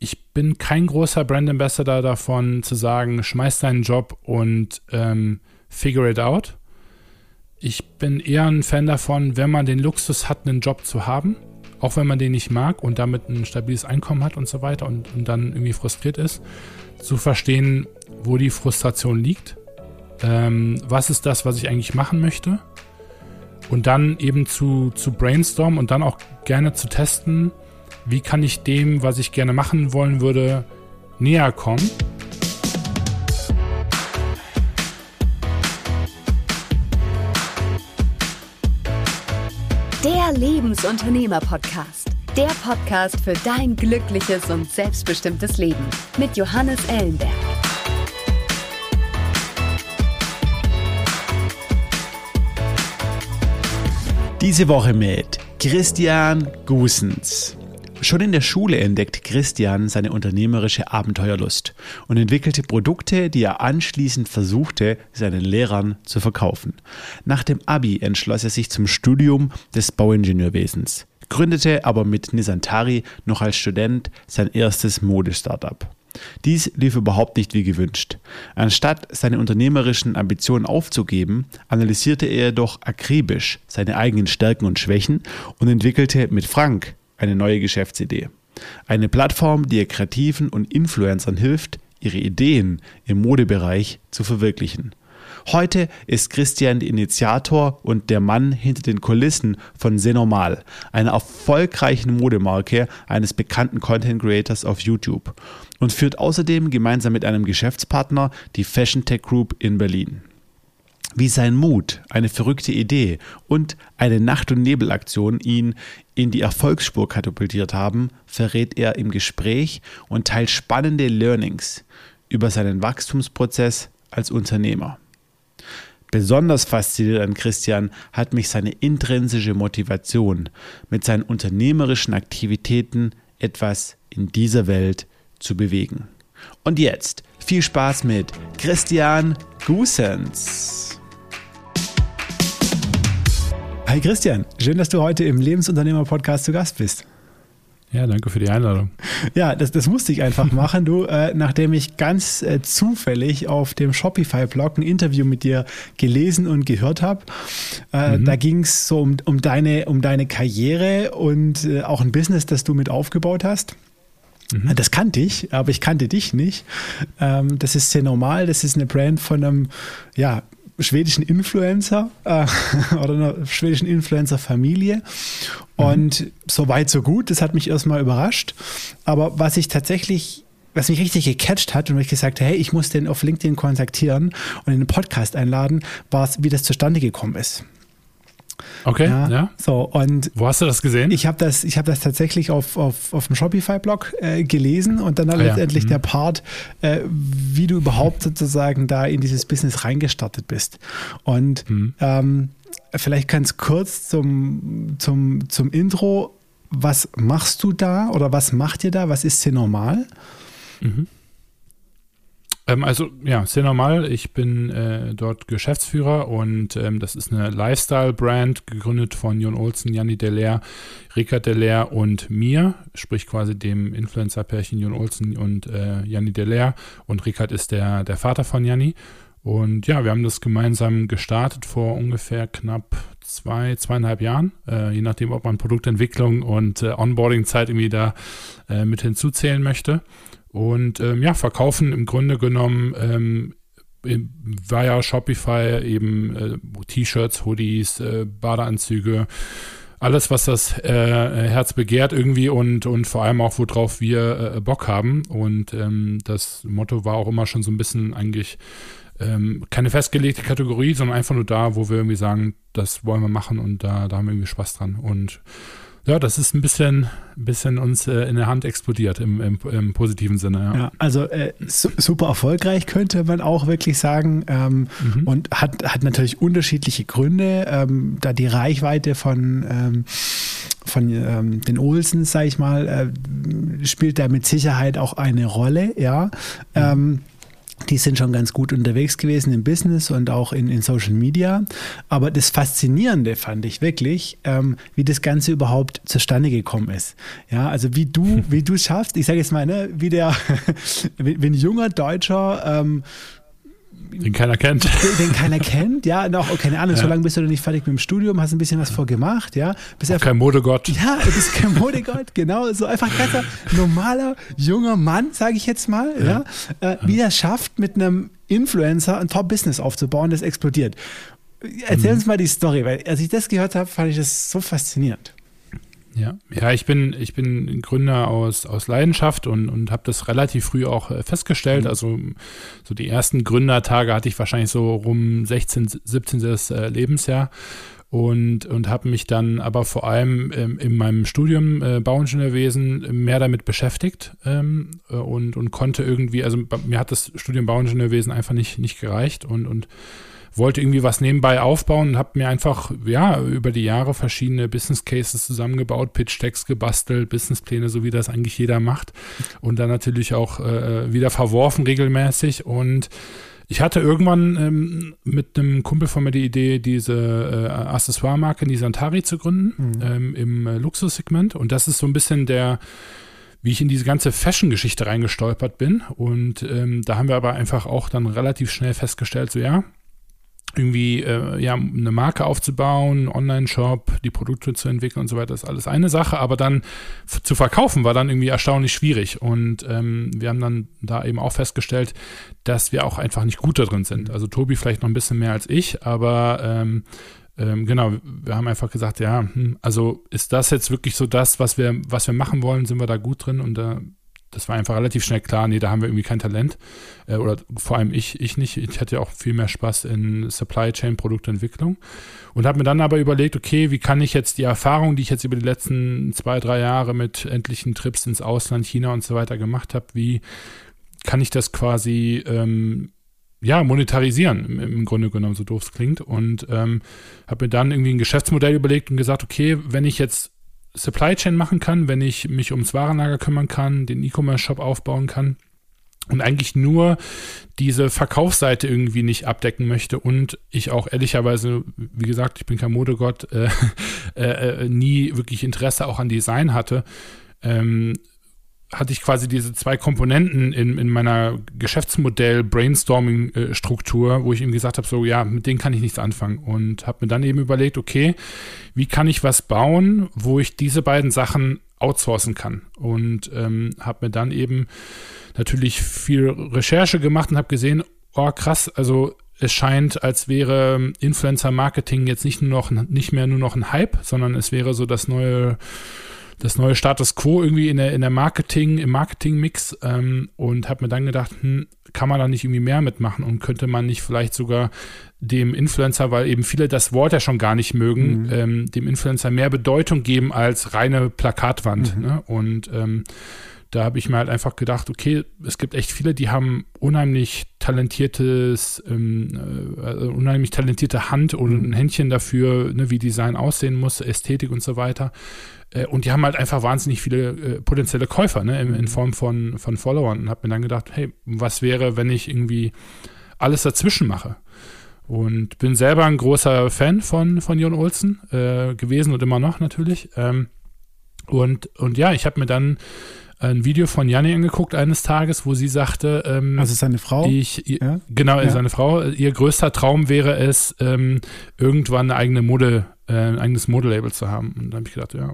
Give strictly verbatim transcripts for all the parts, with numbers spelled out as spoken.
ich bin kein großer Brand Ambassador davon, zu sagen, schmeiß deinen Job und ähm, figure it out. Ich bin eher ein Fan davon, wenn man den Luxus hat, einen Job zu haben, auch wenn man den nicht mag und damit ein stabiles Einkommen hat und so weiter und, und dann irgendwie frustriert ist, zu verstehen, wo die Frustration liegt. Ähm, was ist das, was ich eigentlich machen möchte? Und dann eben zu, zu brainstormen und dann auch gerne zu testen, wie kann ich dem, was ich gerne machen wollen würde, näher kommen. Der Lebensunternehmer-Podcast. Der Podcast für dein glückliches und selbstbestimmtes Leben mit Johannes Ellenberg. Diese Woche mit Christian Goossens. Schon in der Schule entdeckt Christian seine unternehmerische Abenteuerlust und entwickelte Produkte, die er anschließend versuchte, seinen Lehrern zu verkaufen. Nach dem Abi entschloss er sich zum Studium des Bauingenieurwesens, gründete aber mit Nissantari noch als Student sein erstes Mode-Startup. Dies lief überhaupt nicht wie gewünscht. Anstatt seine unternehmerischen Ambitionen aufzugeben, analysierte er jedoch akribisch seine eigenen Stärken und Schwächen und entwickelte mit Frank eine neue Geschäftsidee. Eine Plattform, die Kreativen und Influencern hilft, ihre Ideen im Modebereich zu verwirklichen. Heute ist Christian der Initiator und der Mann hinter den Kulissen von Senormal, einer erfolgreichen Modemarke eines bekannten Content Creators auf YouTube, und führt außerdem gemeinsam mit einem Geschäftspartner die Fashion Tech Group in Berlin. Wie sein Mut, eine verrückte Idee und eine Nacht- und Nebelaktion ihn in die Erfolgsspur katapultiert haben, verrät er im Gespräch und teilt spannende Learnings über seinen Wachstumsprozess als Unternehmer. Besonders fasziniert an Christian hat mich seine intrinsische Motivation, mit seinen unternehmerischen Aktivitäten etwas in dieser Welt zu bewegen. Und jetzt viel Spaß mit Christian Goossens. Hi Christian, schön, dass du heute im Lebensunternehmer-Podcast zu Gast bist. Ja, danke für die Einladung. Ja, das, das musste ich einfach machen, du, äh, nachdem ich ganz äh, zufällig auf dem Shopify-Blog ein Interview mit dir gelesen und gehört habe. Äh, mhm. Da ging es so um, um, deine, um deine Karriere und äh, auch ein Business, das du mit aufgebaut hast. Mhm. Das kannte ich, aber ich kannte dich nicht. Ähm, das ist sehr normal, das ist eine Brand von einem, ja, schwedischen Influencer äh, oder einer schwedischen Influencer-Familie. Und mhm. so weit, so gut. Das hat mich erstmal überrascht. Aber was ich tatsächlich, was mich richtig gecatcht hat und wo ich gesagt habe, hey, ich muss den auf LinkedIn kontaktieren und in den Podcast einladen, war es, wie das zustande gekommen ist. Okay, ja. ja. So, und wo hast du das gesehen? Ich habe das, ich hab das tatsächlich auf, auf, auf dem Shopify-Blog äh, gelesen und dann, dann ah, letztendlich ja. mhm. der Part, äh, wie du überhaupt sozusagen da in dieses Business reingestartet bist. Und mhm. ähm, vielleicht ganz kurz zum, zum, zum Intro. Was machst du da oder was macht ihr da? Was ist Senormal? Mhm. Ähm, also ja, sehr normal. Ich bin äh, dort Geschäftsführer und ähm, das ist eine Lifestyle-Brand, gegründet von Jon Olsen, Janni Dallaire, Rickard Dallaire und mir, sprich quasi dem Influencer-Pärchen Jon Olsen und äh, Janni Dallaire, und Rickard ist der, der Vater von Janni. Und ja, wir haben das gemeinsam gestartet vor ungefähr knapp zwei, zweieinhalb Jahren, äh, je nachdem, ob man Produktentwicklung und äh, Onboarding-Zeit irgendwie da äh, mit hinzuzählen möchte. Und ähm, ja, verkaufen im Grunde genommen ähm, war ja Shopify eben äh, T-Shirts, Hoodies, äh, Badeanzüge, alles, was das äh, Herz begehrt irgendwie und, und vor allem auch, worauf wir äh, Bock haben. Und ähm, das Motto war auch immer schon so ein bisschen eigentlich ähm, keine festgelegte Kategorie, sondern einfach nur da, wo wir irgendwie sagen, das wollen wir machen und da, da haben wir irgendwie Spaß dran. Und ja, das ist ein bisschen, ein bisschen uns äh, in der Hand explodiert im, im, im positiven Sinne. Ja, ja also äh, su- super erfolgreich könnte man auch wirklich sagen ähm, mhm. und hat, hat natürlich unterschiedliche Gründe. Ähm, da die Reichweite von, ähm, von ähm, den Olsens, sag ich mal, äh, spielt da mit Sicherheit auch eine Rolle. Ja. Mhm. Ähm, die sind schon ganz gut unterwegs gewesen im Business und auch in, in Social Media. Aber das Faszinierende fand ich wirklich, ähm, wie das Ganze überhaupt zustande gekommen ist. Ja, also wie du, wie du es schaffst, ich sage jetzt mal, ne, wie der, wie, wie ein junger Deutscher, ähm, den keiner kennt. Den, den keiner kennt, ja, noch, oh, keine Ahnung, ja. So lange bist du noch nicht fertig mit dem Studium, hast ein bisschen was vorgemacht, ja. Bist einfach, kein Modegott. Ja, du bist kein Modegott, genau, so einfach ganz normaler, junger Mann, sage ich jetzt mal, ja, ja. Äh, wie er es schafft, mit einem Influencer ein Top-Business aufzubauen, das explodiert. Erzähl mhm. uns mal die Story, weil als ich das gehört habe, fand ich das so faszinierend. Ja, ja, ich bin, ich bin Gründer aus, aus Leidenschaft und, und habe das relativ früh auch festgestellt. Mhm. Also so die ersten Gründertage hatte ich wahrscheinlich so rum sechzehn, siebzehn äh, Lebensjahr und, und habe mich dann aber vor allem ähm, in meinem Studium äh, Bauingenieurwesen mehr damit beschäftigt ähm, und, und konnte irgendwie, also mir hat das Studium Bauingenieurwesen einfach nicht, nicht gereicht und, und wollte irgendwie was nebenbei aufbauen und habe mir einfach, ja, über die Jahre verschiedene Business Cases zusammengebaut, Pitch-Decks gebastelt, Businesspläne, so wie das eigentlich jeder macht und dann natürlich auch äh, wieder verworfen regelmäßig und ich hatte irgendwann ähm, mit einem Kumpel von mir die Idee, diese äh, Accessoire-Marke Nisantari zu gründen, mhm. ähm, im äh, Luxussegment und das ist so ein bisschen der wie ich in diese ganze Fashion-Geschichte reingestolpert bin und ähm, da haben wir aber einfach auch dann relativ schnell festgestellt, so ja, irgendwie äh, ja eine Marke aufzubauen, einen Online-Shop, die Produkte zu entwickeln und so weiter, ist alles eine Sache, aber dann f- zu verkaufen war dann irgendwie erstaunlich schwierig und ähm, wir haben dann da eben auch festgestellt, dass wir auch einfach nicht gut da drin sind. Also Tobi vielleicht noch ein bisschen mehr als ich, aber ähm, ähm, genau, wir haben einfach gesagt, ja, hm, also ist das jetzt wirklich so das, was wir, was wir machen wollen, sind wir da gut drin und da äh, das war einfach relativ schnell klar, nee, da haben wir irgendwie kein Talent. Äh, oder vor allem ich, ich nicht. Ich hatte ja auch viel mehr Spaß in Supply Chain Produktentwicklung. Und habe mir dann aber überlegt, okay, wie kann ich jetzt die Erfahrung, die ich jetzt über die letzten zwei, drei Jahre mit endlichen Trips ins Ausland, China und so weiter gemacht habe, wie kann ich das quasi ähm, ja, monetarisieren, im, im Grunde genommen, so doof es klingt. Und ähm, habe mir dann irgendwie ein Geschäftsmodell überlegt und gesagt, okay, wenn ich jetzt Supply Chain machen kann, wenn ich mich ums Warenlager kümmern kann, den E-Commerce-Shop aufbauen kann und eigentlich nur diese Verkaufsseite irgendwie nicht abdecken möchte und ich auch ehrlicherweise, wie gesagt, ich bin kein Modegott, äh, äh, nie wirklich Interesse auch an Design hatte, ähm, hatte ich quasi diese zwei Komponenten in, in meiner Geschäftsmodell-Brainstorming-Struktur, wo ich eben gesagt habe, so ja, mit denen kann ich nichts anfangen und habe mir dann eben überlegt, okay, wie kann ich was bauen, wo ich diese beiden Sachen outsourcen kann und ähm, habe mir dann eben natürlich viel Recherche gemacht und habe gesehen, oh krass, also es scheint, als wäre Influencer-Marketing jetzt nicht nur noch, nicht mehr nur noch ein Hype, sondern es wäre so das neue das neue Status Quo irgendwie in der, in der Marketing, im Marketing-Mix ähm, und habe mir dann gedacht, hm, kann man da nicht irgendwie mehr mitmachen und könnte man nicht vielleicht sogar dem Influencer, weil eben viele das Wort ja schon gar nicht mögen, mhm. ähm, dem Influencer mehr Bedeutung geben als reine Plakatwand. Mhm. Ne? Und ähm, da habe ich mir halt einfach gedacht, okay, es gibt echt viele, die haben unheimlich talentiertes, ähm, äh, unheimlich talentierte Hand oder ein Händchen dafür, ne, wie Design aussehen muss, Ästhetik und so weiter. Äh, und die haben halt einfach wahnsinnig viele äh, potenzielle Käufer, ne, in, in Form von, von Followern. Und habe mir dann gedacht, hey, was wäre, wenn ich irgendwie alles dazwischen mache? Und bin selber ein großer Fan von, von Jon Olsen äh, gewesen und immer noch natürlich. Ähm, und, und ja, ich habe mir dann ein Video von Janni angeguckt eines Tages, wo sie sagte, ähm, also seine Frau? Ich, ihr, ja? Genau, ja. seine Frau. Ihr größter Traum wäre es, ähm, irgendwann eine eigene Mode, äh, ein eigenes Modelabel zu haben. Und da habe ich gedacht, ja,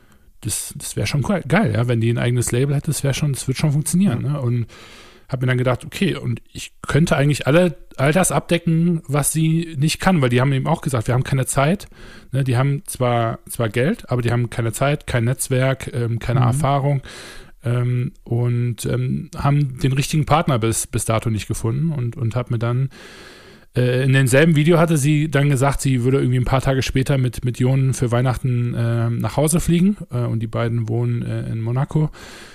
das, das wäre schon geil, geil, ja, wenn die ein eigenes Label hätte, das wäre schon, das wird schon funktionieren. Ja. Ne? Und habe mir dann gedacht, okay, und ich könnte eigentlich alle, all das abdecken, was sie nicht kann, weil die haben eben auch gesagt, wir haben keine Zeit. Ne? Die haben zwar, zwar Geld, aber die haben keine Zeit, kein Netzwerk, ähm, keine mhm. Erfahrung. Ähm, und ähm, haben den richtigen Partner bis, bis dato nicht gefunden und, und habe mir dann äh, in demselben Video hatte sie dann gesagt, sie würde irgendwie ein paar Tage später mit, mit Jon für Weihnachten äh, nach Hause fliegen äh, und die beiden wohnen äh, in Monaco.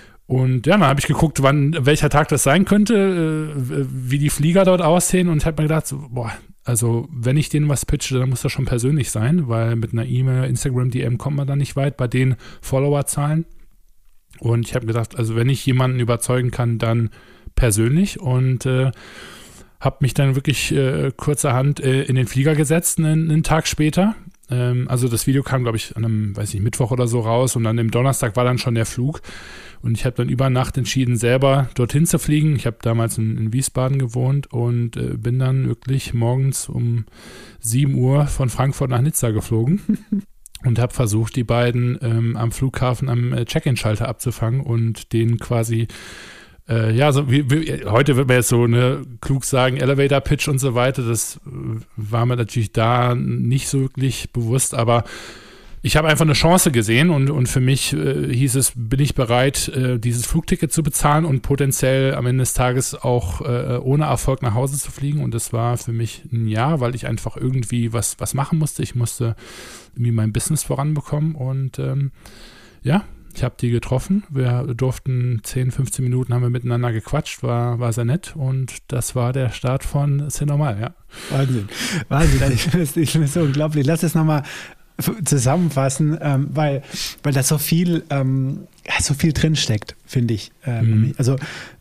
Und ja, dann habe ich geguckt, wann, welcher Tag das sein könnte, äh, wie die Flieger dort aussehen und habe mir gedacht, so, boah, also wenn ich denen was pitche, dann muss das schon persönlich sein, weil mit einer E-Mail, Instagram-D M kommt man da nicht weit bei den Followerzahlen. Und ich habe gedacht, also wenn ich jemanden überzeugen kann, dann persönlich und äh, habe mich dann wirklich äh, kurzerhand äh, in den Flieger gesetzt, einen, einen Tag später. Ähm, also das Video kam, glaube ich, an einem, weiß nicht, Mittwoch oder so raus und dann am Donnerstag war dann schon der Flug. Und ich habe dann über Nacht entschieden, selber dorthin zu fliegen. Ich habe damals in, in Wiesbaden gewohnt und äh, bin dann wirklich morgens um sieben Uhr von Frankfurt nach Nizza geflogen und habe versucht, die beiden ähm, am Flughafen am äh, Check-in-Schalter abzufangen und den quasi, äh, ja, so wie, wie, heute wird man jetzt so ne, klug sagen, Elevator-Pitch und so weiter. Das äh, war mir natürlich da nicht so wirklich bewusst, aber ich habe einfach eine Chance gesehen und, und für mich äh, hieß es, bin ich bereit, äh, dieses Flugticket zu bezahlen und potenziell am Ende des Tages auch äh, ohne Erfolg nach Hause zu fliegen. Und das war für mich ein Ja, weil ich einfach irgendwie was, was machen musste. Ich musste irgendwie mein Business voranbekommen und ähm, ja, ich habe die getroffen. Wir durften zehn, fünfzehn Minuten haben wir miteinander gequatscht, war, war sehr nett und das war der Start von C'est Normal, ja. Wahnsinn, Wahnsinn, ich finde es so unglaublich. Lass es nochmal zusammenfassen, ähm, weil, weil da so viel, ähm, ja, so viel drinsteckt, finde ich. Ähm, mhm. Also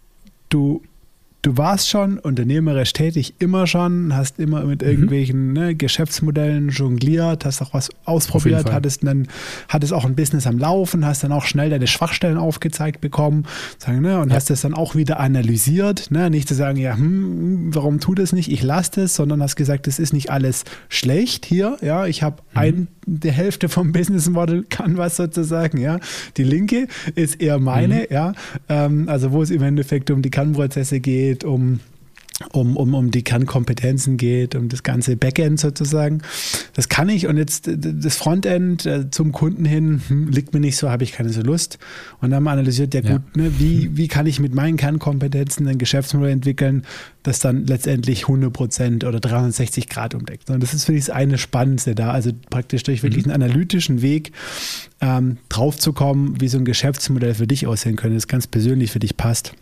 du, du warst schon unternehmerisch tätig, immer schon, hast immer mit irgendwelchen mhm. ne, Geschäftsmodellen jongliert, hast auch was ausprobiert, hattest, dann, hattest auch ein Business am Laufen, hast dann auch schnell deine Schwachstellen aufgezeigt bekommen sagen, ne, und ja. hast das dann auch wieder analysiert. Ne? Nicht zu sagen, ja, hm, warum tut es nicht, ich lasse das, sondern hast gesagt, das ist nicht alles schlecht hier. Ja, ich habe mhm. ein, die Hälfte vom Business Model kann was sozusagen. Ja, die linke ist eher meine. Mhm. Ja, ähm, also wo es im Endeffekt um die Kernprozesse geht, um, um, um, um die Kernkompetenzen geht, um das ganze Backend sozusagen. Das kann ich und jetzt das Frontend äh, zum Kunden hin, hm, liegt mir nicht so, habe ich keine so Lust. Und dann haben wir analysiert, ja gut, ja. Ne, wie, wie kann ich mit meinen Kernkompetenzen ein Geschäftsmodell entwickeln, das dann letztendlich hundert Prozent oder dreihundertsechzig Grad umdeckt. Und das ist für mich das eine Spannendste da, also praktisch durch wirklich mhm. einen analytischen Weg ähm, drauf zu kommen, wie so ein Geschäftsmodell für dich aussehen könnte, das ganz persönlich für dich passt.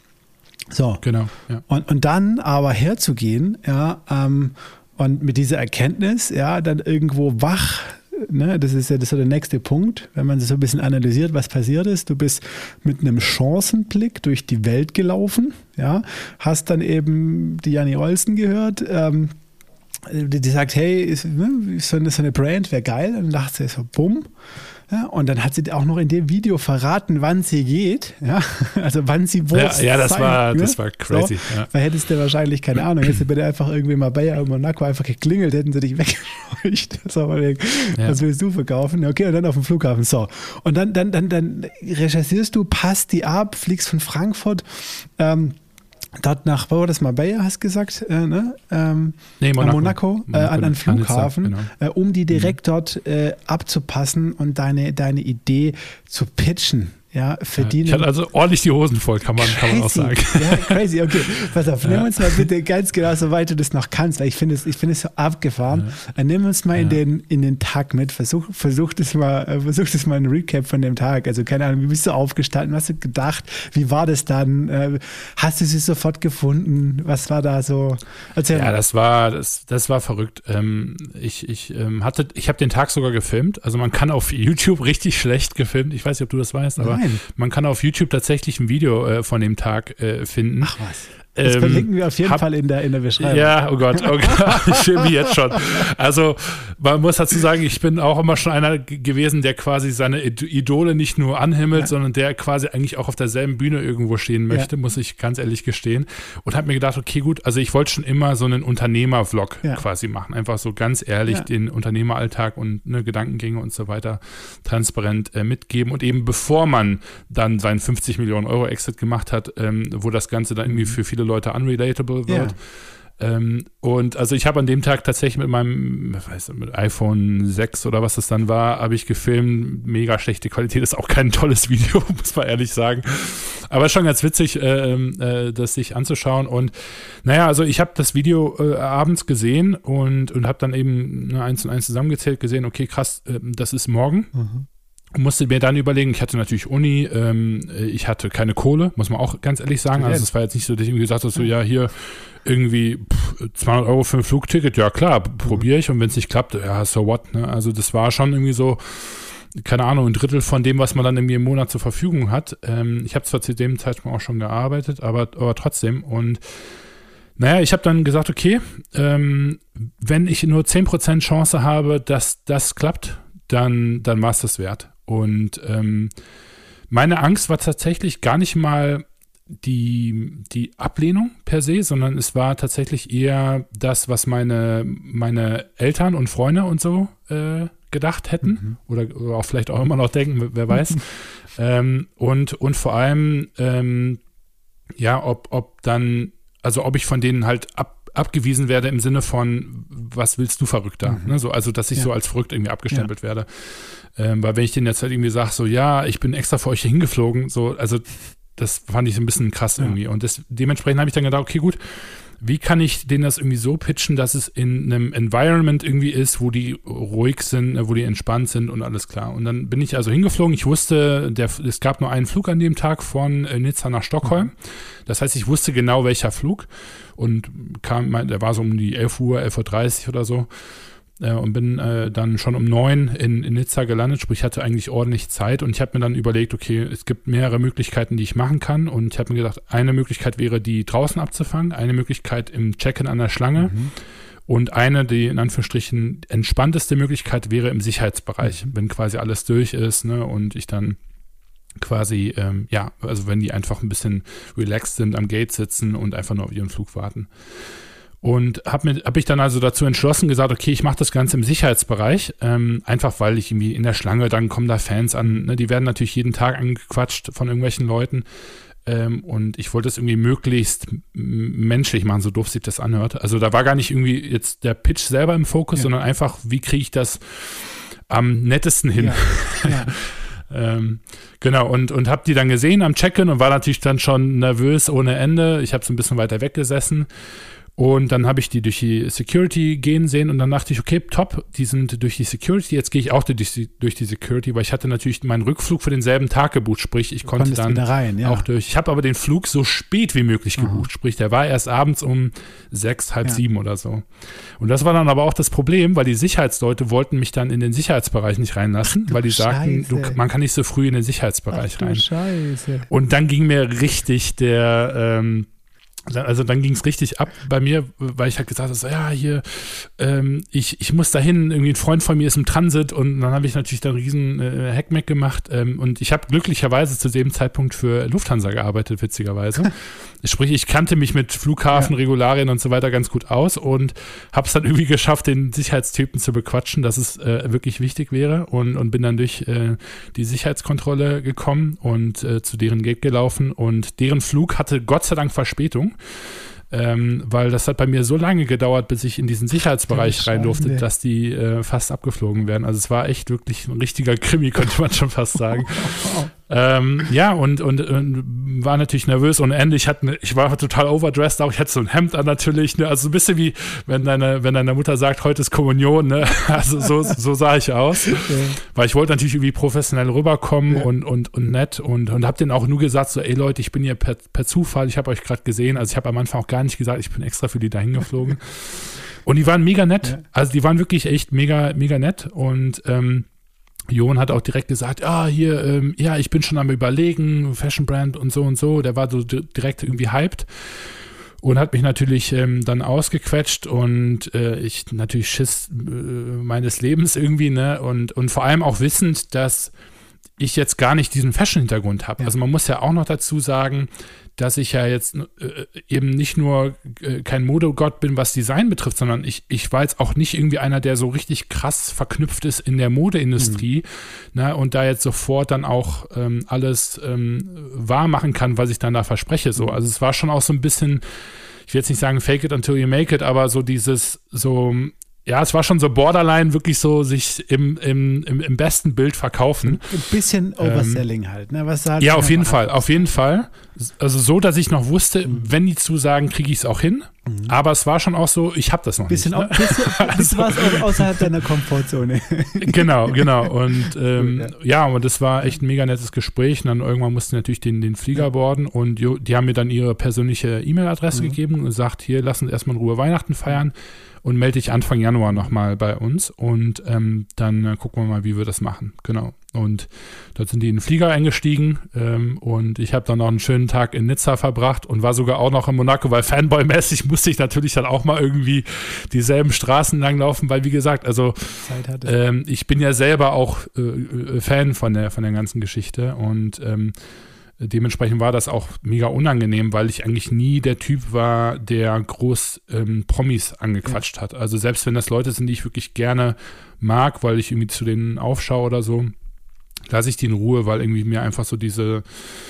So, genau. Ja. Und, und dann aber herzugehen, ja, ähm, und mit dieser Erkenntnis, ja, dann irgendwo wach, ne, das ist ja das ist so der nächste Punkt, wenn man so ein bisschen analysiert, was passiert ist. Du bist mit einem Chancenblick durch die Welt gelaufen, ja, hast dann eben die Janni Olsen gehört, ähm, die, die sagt, hey, ist, ne, so, eine, so eine Brand wäre geil. Und dann dachte sie so, bumm. Ja, und dann hat sie auch noch in dem Video verraten, wann sie geht. Ja, also wann sie wo Ja, ja das, sein, war, ne? das war crazy. So, ja. Weil hättest du wahrscheinlich, keine Ahnung, hättest du bitte einfach irgendwie mal Bayer in Monaco einfach geklingelt, hätten sie dich weggescheucht. So, ja. Was willst du verkaufen? Okay, und dann auf dem Flughafen. So. Und dann, dann, dann, dann recherchierst du, passt die ab, fliegst von Frankfurt, ähm, dort nach, wo war das, Marbella, hast du gesagt, äh, ne? ähm, nee, Monaco, Monaco, Monaco äh, an einen Flughafen, Nizza, genau. äh, um die direkt mhm. dort äh, abzupassen und deine, deine Idee zu pitchen. Ja, verdienen. Ich hatte also ordentlich die Hosen voll, kann man, kann man auch sagen. Ja, crazy, okay. Pass auf, ja. nimm uns mal bitte ganz genau, soweit du das noch kannst, weil ich finde es ich finde es so abgefahren. Ja. Nimm uns mal ja. in, den, in den Tag mit, versuch, versuch, das mal, versuch das mal ein Recap von dem Tag. Also keine Ahnung, wie bist du aufgestanden, was hast du gedacht, wie war das dann? Hast du sie sofort gefunden? Was war da so? Erzähl ja, mal. das war, das, das war verrückt. Ähm, ich ich ähm, hatte, ich habe den Tag sogar gefilmt. Also man kann auf YouTube richtig schlecht gefilmt. Ich weiß nicht, ob du das weißt, aber Nein. man kann auf YouTube tatsächlich ein Video äh, von dem Tag äh, finden. Ach was. Das ähm, verlinken wir auf jeden hab, Fall in der, in der Beschreibung. Ja, oh Gott, oh Gott, ich filme jetzt schon. Also man muss dazu sagen, ich bin auch immer schon einer g- gewesen, der quasi seine Idole nicht nur anhimmelt, ja. sondern der quasi eigentlich auch auf derselben Bühne irgendwo stehen möchte, ja. muss ich ganz ehrlich gestehen. Und habe mir gedacht, okay, gut, also ich wollte schon immer so einen Unternehmer-Vlog ja. quasi machen. Einfach so ganz ehrlich ja. den Unternehmeralltag und ne, Gedankengänge und so weiter transparent äh, mitgeben. Und eben bevor man dann seinen fünfzig Millionen Euro Exit gemacht hat, ähm, wo das Ganze dann irgendwie für viele Leute unrelatable wird. Ja. Ähm, und also ich habe an dem Tag tatsächlich mit meinem, weiß nicht, mit iPhone sechs oder was das dann war, habe ich gefilmt. Mega schlechte Qualität, ist auch kein tolles Video, muss man ehrlich sagen. Aber schon ganz witzig, äh, äh, das sich anzuschauen. Und naja, also ich habe das Video äh, abends gesehen und, und habe dann eben ne, eins und eins zusammengezählt, gesehen, okay, krass, äh, das ist morgen. Mhm. Musste mir dann überlegen, ich hatte natürlich Uni, ähm, ich hatte keine Kohle, muss man auch ganz ehrlich sagen. Also es war jetzt nicht so, dass ich irgendwie gesagt habe, so ja, hier irgendwie pff, zweihundert Euro für ein Flugticket, ja klar, probiere ich und wenn es nicht klappt, ja, so what, ne? Also das war schon irgendwie so, keine Ahnung, ein Drittel von dem, was man dann irgendwie im Monat zur Verfügung hat. Ähm, ich habe zwar zu dem Zeitpunkt auch schon gearbeitet, aber, aber trotzdem. Und naja, ich habe dann gesagt, okay, ähm, wenn ich nur zehn Prozent Chance habe, dass das klappt, dann, dann war es das wert. Und ähm, meine Angst war tatsächlich gar nicht mal die, die Ablehnung per se, sondern es war tatsächlich eher das, was meine, meine Eltern und Freunde und so äh, gedacht hätten mhm. oder, oder auch vielleicht auch immer noch denken, wer weiß. ähm, und, und vor allem, ähm, ja, ob, ob dann, also ob ich von denen halt ab, abgewiesen werde im Sinne von, was willst du Verrückter? Mhm. Ne, so, also, dass ich ja. so als verrückt irgendwie abgestempelt ja. werde. Ähm, weil wenn ich denen jetzt halt irgendwie sage, so, ja, ich bin extra für euch hier hingeflogen, so, also das fand ich so ein bisschen krass ja. irgendwie. Und das, dementsprechend habe ich dann gedacht, okay, gut, wie kann ich denen das irgendwie so pitchen, dass es in einem Environment irgendwie ist, wo die ruhig sind, wo die entspannt sind und alles klar. Und dann bin ich also hingeflogen. Ich wusste, der, es gab nur einen Flug an dem Tag von Nizza nach Stockholm. Mhm. Das heißt, ich wusste genau, welcher Flug. Und kam, der war so um die elf Uhr, elf Uhr dreißig oder so. Und bin äh, dann schon um neun in, in Nizza gelandet, sprich ich hatte eigentlich ordentlich Zeit und ich habe mir dann überlegt, okay, es gibt mehrere Möglichkeiten, die ich machen kann und ich habe mir gedacht, eine Möglichkeit wäre, die draußen abzufangen, eine Möglichkeit im Check-in an der Schlange mhm. und eine, die in Anführungsstrichen entspannteste Möglichkeit wäre im Sicherheitsbereich, mhm. wenn quasi alles durch ist, ne, und ich dann quasi, ähm, ja, also wenn die einfach ein bisschen relaxed sind, am Gate sitzen und einfach nur auf ihren Flug warten. Und habe mir, habe ich dann also dazu entschlossen, gesagt, okay, ich mache das Ganze im Sicherheitsbereich, ähm, einfach weil ich irgendwie in der Schlange, dann kommen da Fans an, ne, die werden natürlich jeden Tag angequatscht von irgendwelchen Leuten ähm, und ich wollte es irgendwie möglichst menschlich machen, so doof sich das anhört. Also da war gar nicht irgendwie jetzt der Pitch selber im Fokus, ja. sondern einfach, wie kriege ich das am nettesten hin? Ja. Ja. Ähm, genau, und, und habe die dann gesehen am Check-in und war natürlich dann schon nervös ohne Ende. Ich habe so ein bisschen weiter weggesessen. Und dann habe ich die durch die Security gehen sehen und dann dachte ich, okay, top, die sind durch die Security, jetzt gehe ich auch durch die, durch die Security, weil ich hatte natürlich meinen Rückflug für denselben Tag gebucht, sprich, ich du konnte dann rein, ja. auch durch, ich habe aber den Flug so spät wie möglich gebucht, Aha. sprich, der war erst abends um sechs, halb ja. sieben oder so. Und das war dann aber auch das Problem, weil die Sicherheitsleute wollten mich dann in den Sicherheitsbereich nicht reinlassen, Ach, weil die sagten, du, man kann nicht so früh in den Sicherheitsbereich Ach, rein. Scheiße. Und dann ging mir richtig der, ähm, Also dann ging es richtig ab bei mir, weil ich halt gesagt habe, so, ja, hier, ähm, ich, ich muss dahin, irgendwie ein Freund von mir ist im Transit und dann habe ich natürlich da einen riesen äh, Hackmack gemacht ähm, und ich habe glücklicherweise zu dem Zeitpunkt für Lufthansa gearbeitet, witzigerweise. Sprich, ich kannte mich mit Flughafen, ja. Regularien und so weiter ganz gut aus und habe es dann irgendwie geschafft, den Sicherheitstypen zu bequatschen, dass es äh, wirklich wichtig wäre und, und bin dann durch äh, die Sicherheitskontrolle gekommen und äh, zu deren Gate gelaufen und deren Flug hatte Gott sei Dank Verspätung. Ähm, weil das hat bei mir so lange gedauert, bis ich in diesen Sicherheitsbereich rein durfte, dass die äh, fast abgeflogen werden. Also es war echt wirklich ein richtiger Krimi, könnte man schon fast sagen. ähm, ja, und, und, und war natürlich nervös und endlich hatte, ich war total overdressed, auch ich hatte so ein Hemd an natürlich, ne? Also ein bisschen wie, wenn deine, wenn deine Mutter sagt, heute ist Kommunion, ne? Also so, so sah ich aus. Ja. Weil ich wollte natürlich irgendwie professionell rüberkommen ja. und, und, und nett und, und hab denen auch nur gesagt, so, ey Leute, ich bin hier per, per Zufall, ich habe euch gerade gesehen, also ich habe am Anfang auch gar nicht gesagt, ich bin extra für die dahin geflogen. Und die waren mega nett. Ja. Also die waren wirklich echt mega, mega nett. Und ähm, Jon hat auch direkt gesagt, ah, hier, ähm, ja, ich bin schon am Überlegen, Fashion Brand und so und so. Der war so d- direkt irgendwie hyped und hat mich natürlich ähm, dann ausgequetscht und äh, ich natürlich Schiss äh, meines Lebens irgendwie, ne? Und, und vor allem auch wissend, dass ich jetzt gar nicht diesen Fashion-Hintergrund habe. Ja. Also man muss ja auch noch dazu sagen, dass ich ja jetzt äh, eben nicht nur äh, kein Modegott bin, was Design betrifft, sondern ich, ich war jetzt auch nicht irgendwie einer, der so richtig krass verknüpft ist in der Modeindustrie, mhm. ne, und da jetzt sofort dann auch ähm, alles ähm, wahr machen kann, was ich dann da verspreche. So. Also es war schon auch so ein bisschen, ich will jetzt nicht sagen fake it until you make it, aber so dieses, so, ja, es war schon so borderline, wirklich so sich im, im, im, im besten Bild verkaufen. Ein bisschen Overselling ähm, halt, ne? Was sagen ja, auf jeden Fall, auf jeden Fall. Also so, dass ich noch wusste, mhm. wenn die zusagen, kriege ich es auch hin. Mhm. Aber es war schon auch so, ich habe das noch bisschen nicht. Auch, ne? bisschen, bisschen was auch außerhalb deiner Komfortzone. Genau, genau. Und ähm, ja. ja, und das war echt ein mega nettes Gespräch. Und dann irgendwann mussten natürlich den, den Flieger ja. boarden und jo, die haben mir dann ihre persönliche E-Mail-Adresse mhm. gegeben und gesagt, hier, lass uns erstmal in Ruhe Weihnachten feiern und melde dich Anfang Januar nochmal bei uns und ähm, dann äh, gucken wir mal, wie wir das machen. Genau. Und dort sind die in den Flieger eingestiegen ähm, und ich habe dann noch einen schönen Tag in Nizza verbracht und war sogar auch noch in Monaco, weil Fanboy-mäßig musste ich natürlich dann auch mal irgendwie dieselben Straßen langlaufen, weil wie gesagt, also ähm, ich bin ja selber auch äh, Fan von der, von der ganzen Geschichte und ähm, dementsprechend war das auch mega unangenehm, weil ich eigentlich nie der Typ war, der groß ähm, Promis angequatscht ja. hat. Also selbst wenn das Leute sind, die ich wirklich gerne mag, weil ich irgendwie zu denen aufschaue oder so, lasse ich die in Ruhe, weil irgendwie mir einfach so diese,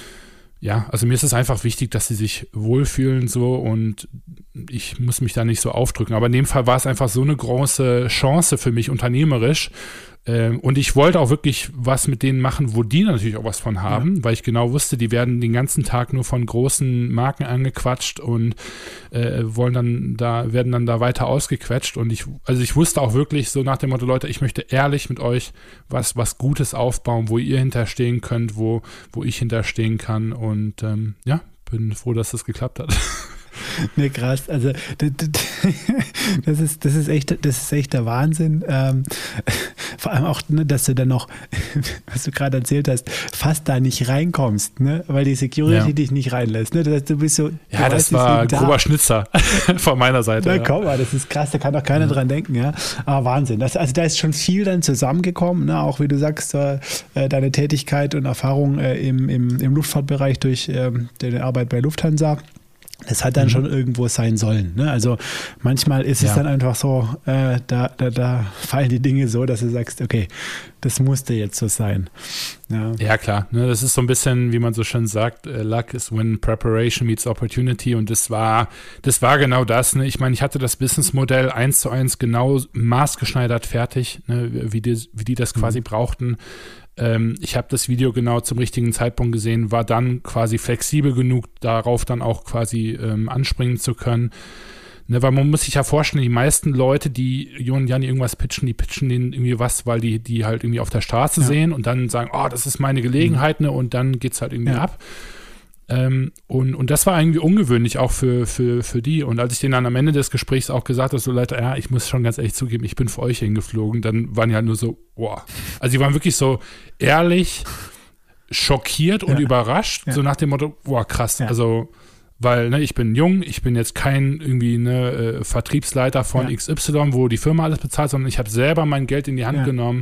ja, also mir ist es einfach wichtig, dass sie sich wohlfühlen so und ich muss mich da nicht so aufdrücken. Aber in dem Fall war es einfach so eine große Chance für mich unternehmerisch, Ähm, und ich wollte auch wirklich was mit denen machen, wo die natürlich auch was von haben, ja. weil ich genau wusste, die werden den ganzen Tag nur von großen Marken angequatscht und äh, wollen dann da, werden dann da weiter ausgequetscht. Und ich, also ich wusste auch wirklich so nach dem Motto, Leute, ich möchte ehrlich mit euch was, was Gutes aufbauen, wo ihr hinterstehen könnt, wo, wo ich hinterstehen kann. Und ähm, ja, bin froh, dass das geklappt hat. Ne, krass. Also das, das, ist, das, ist echt, das ist echt der Wahnsinn. Ähm, vor allem auch, ne, dass du dann noch, was du gerade erzählt hast, fast da nicht reinkommst, ne? Weil die Security ja. dich nicht reinlässt. Ne? Du, du bist so, ja, das weißt, war ein grober da. Schnitzer von meiner Seite. Na ja. komm mal, das ist krass, da kann doch keiner ja. dran denken. Ja? Aber Wahnsinn. Das, also da ist schon viel dann zusammengekommen, ne? Auch wie du sagst, äh, deine Tätigkeit und Erfahrung äh, im, im, im Luftfahrtbereich durch äh, deine Arbeit bei Lufthansa. Das hat dann mhm. schon irgendwo sein sollen. Ne? Also manchmal ist ja. es dann einfach so, äh, da, da, da fallen die Dinge so, dass du sagst, okay, das musste jetzt so sein. Ja, ja klar. Ne? Das ist so ein bisschen, wie man so schön sagt, uh, Luck is when preparation meets opportunity. Und das war, das war genau das. Ne? Ich meine, ich hatte das Businessmodell eins zu eins genau maßgeschneidert fertig, ne? wie, die, wie die das quasi mhm. brauchten. Ich habe das Video genau zum richtigen Zeitpunkt gesehen, war dann quasi flexibel genug, darauf dann auch quasi ähm, anspringen zu können. Ne, weil man muss sich ja vorstellen, die meisten Leute, die Jo und Janni irgendwas pitchen, die pitchen denen irgendwie was, weil die die halt irgendwie auf der Straße ja. sehen und dann sagen, oh, das ist meine Gelegenheit, ne, und dann geht's halt irgendwie ja. ab. Ähm, und, und das war irgendwie ungewöhnlich auch für, für, für die. Und als ich denen dann am Ende des Gesprächs auch gesagt habe, so Leute, ja, ich muss schon ganz ehrlich zugeben, ich bin für euch hingeflogen, dann waren die halt nur so, boah. Also die waren wirklich so ehrlich schockiert und ja. überrascht, ja. so nach dem Motto, boah, krass, ja. also weil ne, ich bin jung, ich bin jetzt kein irgendwie ne, äh, Vertriebsleiter von ja. X Y, wo die Firma alles bezahlt, sondern ich habe selber mein Geld in die Hand ja. genommen,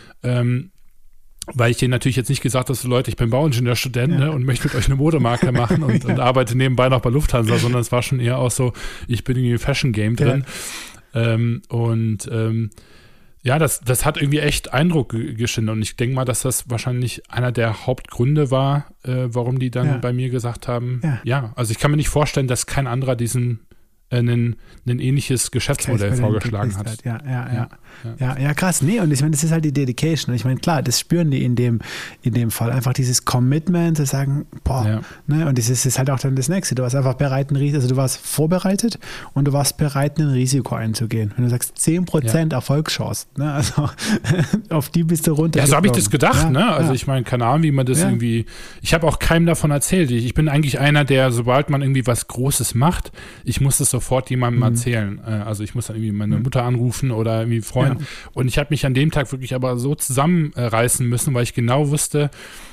ähm, weil ich denen natürlich jetzt nicht gesagt habe, so Leute, ich bin Bauingenieurstudent ja. ne, und möchte mit euch eine Modemarke machen und, ja. und arbeite nebenbei noch bei Lufthansa, sondern es war schon eher auch so, ich bin in dem Fashion-Game drin. Ja. Ähm, und ähm, ja, das, das hat irgendwie echt Eindruck ge- geschindet und ich denke mal, dass das wahrscheinlich einer der Hauptgründe war, äh, warum die dann ja. bei mir gesagt haben, ja. ja, also ich kann mir nicht vorstellen, dass kein anderer diesen ein, ein ähnliches Geschäftsmodell vorgeschlagen hat. Ja, ja, ja, ja, ja, ja, krass. Nee, und ich meine, das ist halt die Dedication. Ich meine, klar, das spüren die in dem, in dem Fall. Einfach dieses Commitment, zu sagen, boah, ja. ne, und das ist, ist halt auch dann das Nächste. Du warst einfach bereit, ein Risiko, also du warst vorbereitet und du warst bereit, ein Risiko einzugehen. Wenn du sagst, zehn Prozent ja. Erfolgschance, ne, also auf die bist du runter. Ja, so habe ich das gedacht, ja, ne? Also ja. ich meine, keine Ahnung, wie man das ja. irgendwie, ich habe auch keinem davon erzählt. Ich, ich bin eigentlich einer, der, sobald man irgendwie was Großes macht, ich muss das sofort jemandem mhm. erzählen. Also ich muss dann irgendwie meine Mutter anrufen oder irgendwie Freunde. Ja. Und ich habe mich an dem Tag wirklich aber so zusammenreißen müssen, weil ich genau wusste,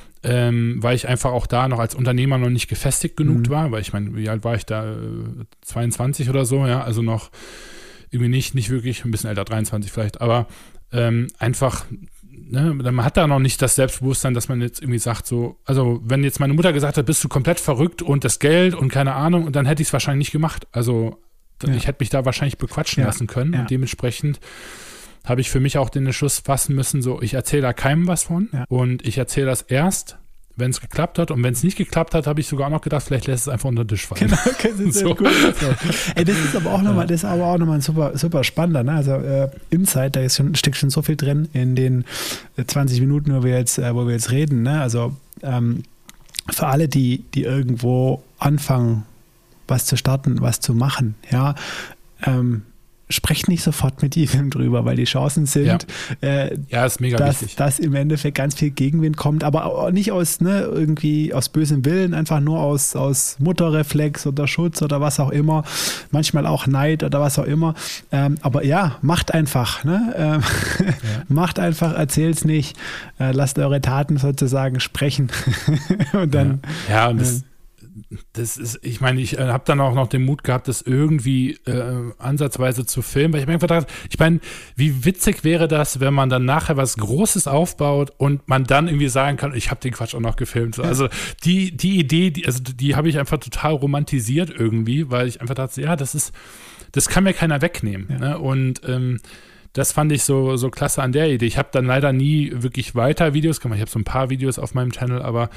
ähm, weil ich einfach auch da noch als Unternehmer noch nicht gefestigt genug mhm. war, weil ich meine, wie alt war ich da? zweiundzwanzig oder so, ja, also noch irgendwie nicht, nicht wirklich, ein bisschen älter, dreiundzwanzig vielleicht, aber ähm, einfach Ne, man hat da noch nicht das Selbstbewusstsein, dass man jetzt irgendwie sagt, so, also wenn jetzt meine Mutter gesagt hat, bist du komplett verrückt und das Geld und keine Ahnung, und dann hätte ich es wahrscheinlich nicht gemacht. Also ja. ich hätte mich da wahrscheinlich bequatschen ja. lassen können ja. und dementsprechend habe ich für mich auch den Entschluss fassen müssen, so, ich erzähle da keinem was von ja. und ich erzähle das erst, wenn es geklappt hat. Und wenn es nicht geklappt hat, habe ich sogar noch gedacht, vielleicht lässt es einfach unter den Tisch fallen. Genau, das ist so. Gut. Ey, das ist aber auch nochmal, ja. das ist aber auch nochmal ein super, super spannender. Ne? Also äh, Insight, da ist schon, steckt schon so viel drin in den zwanzig Minuten, wo wir jetzt, äh, wo wir jetzt reden. Ne? Also ähm, für alle, die, die irgendwo anfangen, was zu starten, was zu machen, ja, ähm, sprecht nicht sofort mit ihnen drüber, weil die Chancen sind, ja, äh, ja ist mega dass, wichtig. dass im Endeffekt ganz viel Gegenwind kommt, aber auch nicht aus, ne, irgendwie aus bösem Willen, einfach nur aus, aus Mutterreflex oder Schutz oder was auch immer, manchmal auch Neid oder was auch immer. Ähm, aber ja, macht einfach, ne? Ähm, ja. Macht einfach, erzählt's nicht, äh, lasst eure Taten sozusagen sprechen. Und dann. Ja, ja und das. Äh, Das ist, ich meine, ich äh, habe dann auch noch den Mut gehabt, das irgendwie äh, ansatzweise zu filmen, weil ich mir einfach dachte, ich meine, wie witzig wäre das, wenn man dann nachher was Großes aufbaut und man dann irgendwie sagen kann, ich habe den Quatsch auch noch gefilmt. Also die, die Idee, die, also die habe ich einfach total romantisiert irgendwie, weil ich einfach dachte, ja, das ist, das kann mir keiner wegnehmen. Ja. Ne? Und ähm, das fand ich so, so klasse an der Idee. Ich habe dann leider nie wirklich weiter Videos gemacht. Ich habe so ein paar Videos auf meinem Channel, aber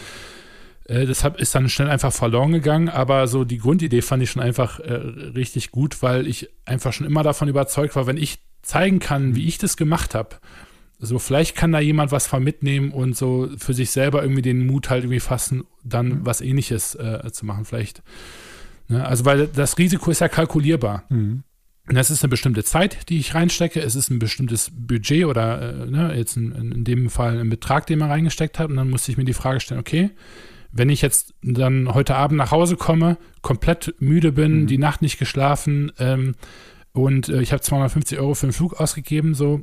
das ist dann schnell einfach verloren gegangen, aber so die Grundidee fand ich schon einfach äh, richtig gut, weil ich einfach schon immer davon überzeugt war, wenn ich zeigen kann, wie ich das gemacht habe, so vielleicht kann da jemand was von mitnehmen und so für sich selber irgendwie den Mut halt irgendwie fassen, dann mhm. was Ähnliches äh, zu machen vielleicht. Ne? Also weil das Risiko ist ja kalkulierbar. Mhm. Das ist eine bestimmte Zeit, die ich reinstecke. Es ist ein bestimmtes Budget oder äh, ne, jetzt in, in dem Fall ein Betrag, den man reingesteckt hat. Und dann musste ich mir die Frage stellen, okay, wenn ich jetzt dann heute Abend nach Hause komme, komplett müde bin, mhm. die Nacht nicht geschlafen ähm, und äh, ich habe zweihundertfünfzig Euro für den Flug ausgegeben, so,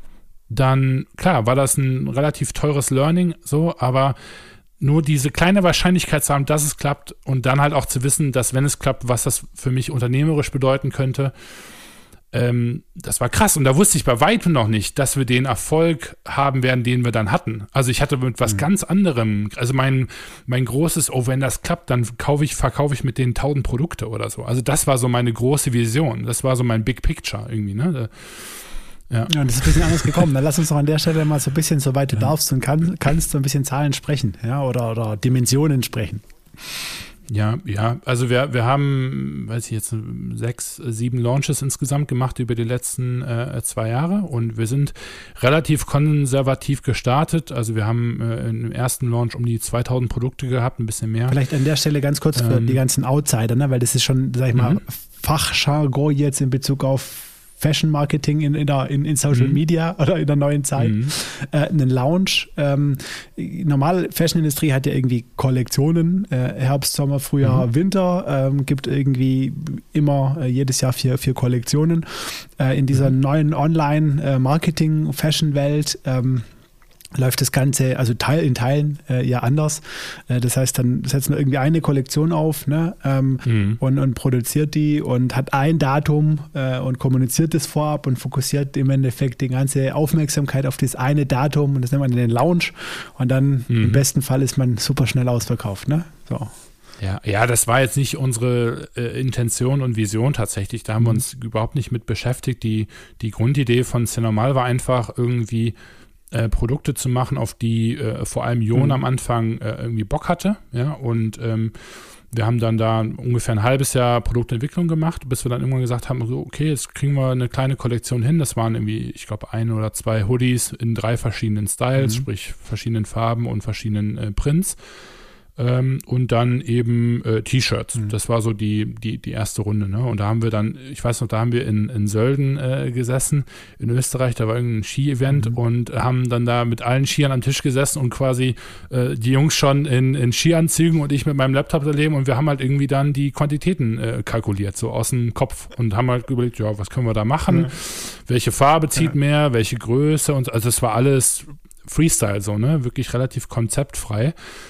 dann, klar, war das ein relativ teures Learning, so, aber nur diese kleine Wahrscheinlichkeit zu haben, dass es klappt und dann halt auch zu wissen, dass wenn es klappt, was das für mich unternehmerisch bedeuten könnte, Ähm, das war krass und da wusste ich bei weitem noch nicht, dass wir den Erfolg haben werden, den wir dann hatten. Also ich hatte mit was mhm. ganz anderem, also mein, mein großes, oh, wenn das klappt, dann kaufe ich, verkaufe ich mit denen tausend Produkte oder so. Also das war so meine große Vision, das war so mein Big Picture irgendwie, ne? Ja. Ja, und das ist ein bisschen anders gekommen. Dann lass uns doch an der Stelle mal so ein bisschen, soweit du ja. darfst und kann, kannst, so ein bisschen Zahlen sprechen, ja, oder, oder Dimensionen sprechen. Ja, ja, also wir, wir haben, weiß ich jetzt, sechs, sieben Launches insgesamt gemacht über die letzten äh, zwei Jahre und wir sind relativ konservativ gestartet. Also wir haben äh, im ersten Launch um die zweitausend Produkte gehabt, ein bisschen mehr. Vielleicht an der Stelle ganz kurz für ähm, die ganzen Outsider, ne? Weil das ist schon, sag ich mal, mhm. Fachjargon jetzt in Bezug auf Fashion Marketing in, in, der, in, in Social mhm. Media oder in der neuen Zeit. Mhm. Äh, einen Lounge. Ähm, normal, Fashion-Industrie hat ja irgendwie Kollektionen, äh, Herbst, Sommer, Frühjahr, mhm. Winter, ähm, gibt irgendwie immer äh, jedes Jahr vier, vier Kollektionen. Äh, in dieser mhm. neuen Online-Marketing-Fashion-Welt ähm, läuft das Ganze, also Teil in Teilen äh, ja anders. Äh, das heißt, dann setzt man irgendwie eine Kollektion auf, ne, ähm, mhm. und, und produziert die und hat ein Datum äh, und kommuniziert das vorab und fokussiert im Endeffekt die ganze Aufmerksamkeit auf das eine Datum und das nennt man den Launch und dann mhm. im besten Fall ist man super schnell ausverkauft. Ne? So. Ja, ja, das war jetzt nicht unsere äh, Intention und Vision tatsächlich. Da haben mhm. wir uns überhaupt nicht mit beschäftigt. Die, die Grundidee von Cenormal war einfach irgendwie Äh, Produkte zu machen, auf die äh, vor allem Jon mhm. am Anfang äh, irgendwie Bock hatte, ja, und ähm, wir haben dann da ungefähr ein halbes Jahr Produktentwicklung gemacht, bis wir dann irgendwann gesagt haben, so, okay, jetzt kriegen wir eine kleine Kollektion hin, das waren irgendwie, ich glaube, ein oder zwei Hoodies in drei verschiedenen Styles, mhm. sprich verschiedenen Farben und verschiedenen äh, Prints. Ähm, und dann eben äh, T-Shirts. Mhm. Das war so die, die, die erste Runde. Ne? Und da haben wir dann, ich weiß noch, da haben wir in, in Sölden äh, gesessen, in Österreich, da war irgendein Ski-Event mhm. und haben dann da mit allen Skiern am Tisch gesessen und quasi äh, die Jungs schon in, in Skianzügen und ich mit meinem Laptop daneben und wir haben halt irgendwie dann die Quantitäten äh, kalkuliert, so aus dem Kopf und haben halt überlegt, ja, was können wir da machen? Mhm. Welche Farbe zieht ja. mehr? Welche Größe? Und also es war alles Freestyle so, ne? Wirklich relativ konzeptfrei.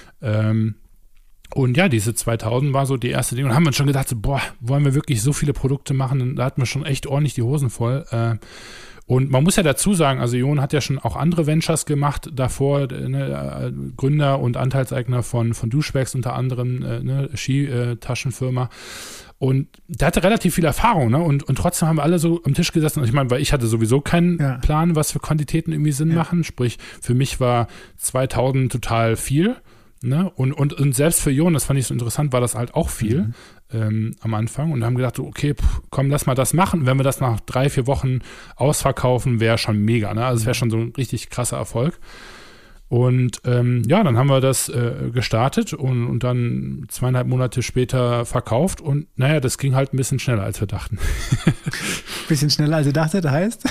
Ähm, und ja, diese zweitausend war so die erste Ding und haben wir uns schon gedacht, so, boah, wollen wir wirklich so viele Produkte machen? Und da hatten wir schon echt ordentlich die Hosen voll. Äh, und man muss ja dazu sagen, also Jon hat ja schon auch andere Ventures gemacht davor, ne, Gründer und Anteilseigner von, von Douchebags unter anderem, äh, ne, Skitaschenfirma. Und der hatte relativ viel Erfahrung, ne? Und, und trotzdem haben wir alle so am Tisch gesessen. Und ich meine, weil ich hatte sowieso keinen ja. Plan, was für Quantitäten irgendwie Sinn ja. machen. Sprich, für mich war zweitausend total viel. Ne? Und, und, und selbst für Jon, das fand ich so interessant, war das halt auch viel mhm. ähm, am Anfang und haben gedacht, okay, pff, komm, lass mal das machen. Wenn wir das nach drei, vier Wochen ausverkaufen, wäre schon mega. Ne? Also es wäre schon so ein richtig krasser Erfolg. Und ähm, ja, dann haben wir das äh, gestartet und, und dann zweieinhalb Monate später verkauft und naja, das ging halt ein bisschen schneller, als wir dachten. Bisschen schneller, als ihr dachtet, heißt?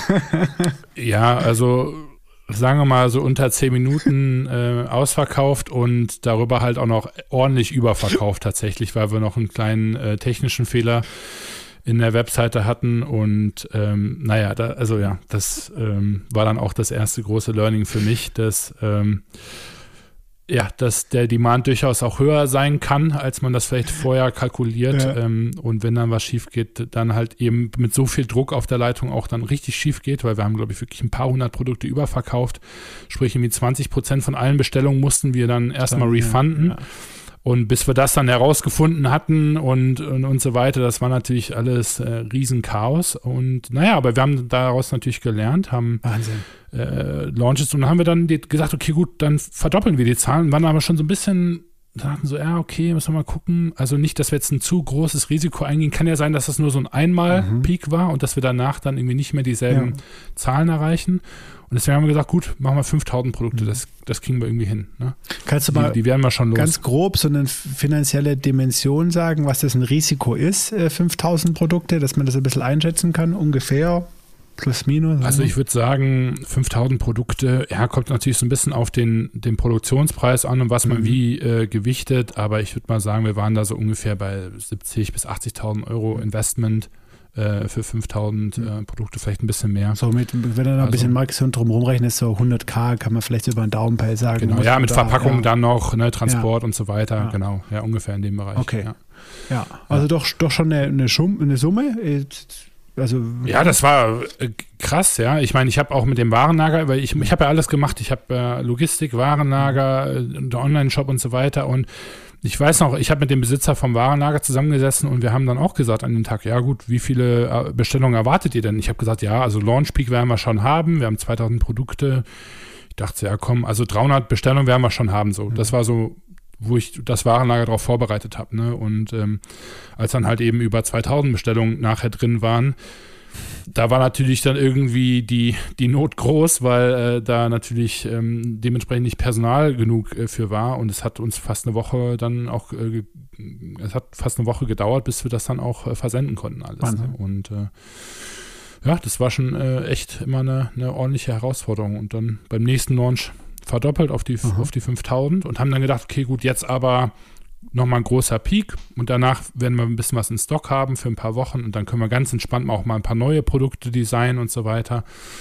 Ja, also sagen wir mal so unter zehn Minuten äh, ausverkauft und darüber halt auch noch ordentlich überverkauft tatsächlich, weil wir noch einen kleinen äh, technischen Fehler in der Webseite hatten und ähm, naja, da, also ja, das ähm, war dann auch das erste große Learning für mich, dass ähm, ja, dass der Demand durchaus auch höher sein kann, als man das vielleicht vorher kalkuliert Ja. ähm, und wenn dann was schief geht, dann halt eben mit so viel Druck auf der Leitung auch dann richtig schief geht, weil wir haben, glaube ich, wirklich ein paar hundert Produkte überverkauft, sprich irgendwie zwanzig Prozent von allen Bestellungen mussten wir dann erstmal refunden. Ja. Und bis wir das dann herausgefunden hatten und, und, und so weiter, das war natürlich alles äh, Riesenchaos. Und naja, aber wir haben daraus natürlich gelernt, haben Wahnsinn. äh, Launches und dann haben wir dann die, gesagt, okay, gut, dann verdoppeln wir die Zahlen, waren aber schon so ein bisschen, sagten so, ja, okay, müssen wir mal gucken. Also nicht, dass wir jetzt ein zu großes Risiko eingehen. Kann ja sein, dass das nur so ein Einmal-Peak mhm. war und dass wir danach dann irgendwie nicht mehr dieselben ja. Zahlen erreichen. Und deswegen haben wir gesagt, gut, machen wir fünftausend Produkte, mhm. das, das kriegen wir irgendwie hin. Ne? Kannst du die, mal die werden wir schon los. Ganz grob so eine finanzielle Dimension sagen, was das ein Risiko ist, fünftausend Produkte, dass man das ein bisschen einschätzen kann, ungefähr? Plus, minus? Also ich würde sagen, fünftausend Produkte, ja, kommt natürlich so ein bisschen auf den, den Produktionspreis an und was man mhm. wie äh, gewichtet, aber ich würde mal sagen, wir waren da so ungefähr bei siebzigtausend bis achtzigtausend Euro Investment äh, für fünftausend mhm. äh, Produkte, vielleicht ein bisschen mehr. So mit, wenn du noch also, ein bisschen Marketing drum rumrechnest, so hunderttausend kann man vielleicht über einen Daumenpeil sagen. Genau, ja, mit da, Verpackung ja. dann noch, ne, Transport ja. und so weiter, ja. genau, ja, ungefähr in dem Bereich. Okay, ja, ja. also ja. Doch, doch schon eine, eine, Schum, eine Summe, also ja, das war äh, krass, ja. Ich meine, ich habe auch mit dem Warenlager, weil ich, ich habe ja alles gemacht. Ich habe äh, Logistik, Warenlager, äh, Online-Shop und so weiter. Und ich weiß noch, ich habe mit dem Besitzer vom Warenlager zusammengesessen und wir haben dann auch gesagt an dem Tag, ja gut, wie viele Bestellungen erwartet ihr denn? Ich habe gesagt, ja, also Launch Peak werden wir schon haben. Wir haben zweitausend Produkte. Ich dachte, ja komm, also dreihundert Bestellungen werden wir schon haben. So, das war so, wo ich das Warenlager darauf vorbereitet habe. Ne? Und ähm, als dann halt eben über zweitausend Bestellungen nachher drin waren, da war natürlich dann irgendwie die, die Not groß, weil äh, da natürlich ähm, dementsprechend nicht Personal genug äh, für war. Und es hat uns fast eine Woche dann auch, äh, es hat fast eine Woche gedauert, bis wir das dann auch äh, versenden konnten alles. Ne? Und äh, ja, das war schon äh, echt immer eine, eine ordentliche Herausforderung. Und dann beim nächsten Launch verdoppelt auf die, auf die fünftausend und haben dann gedacht, okay, gut, jetzt aber nochmal ein großer Peak und danach werden wir ein bisschen was in Stock haben für ein paar Wochen und dann können wir ganz entspannt auch mal ein paar neue Produkte designen und so weiter,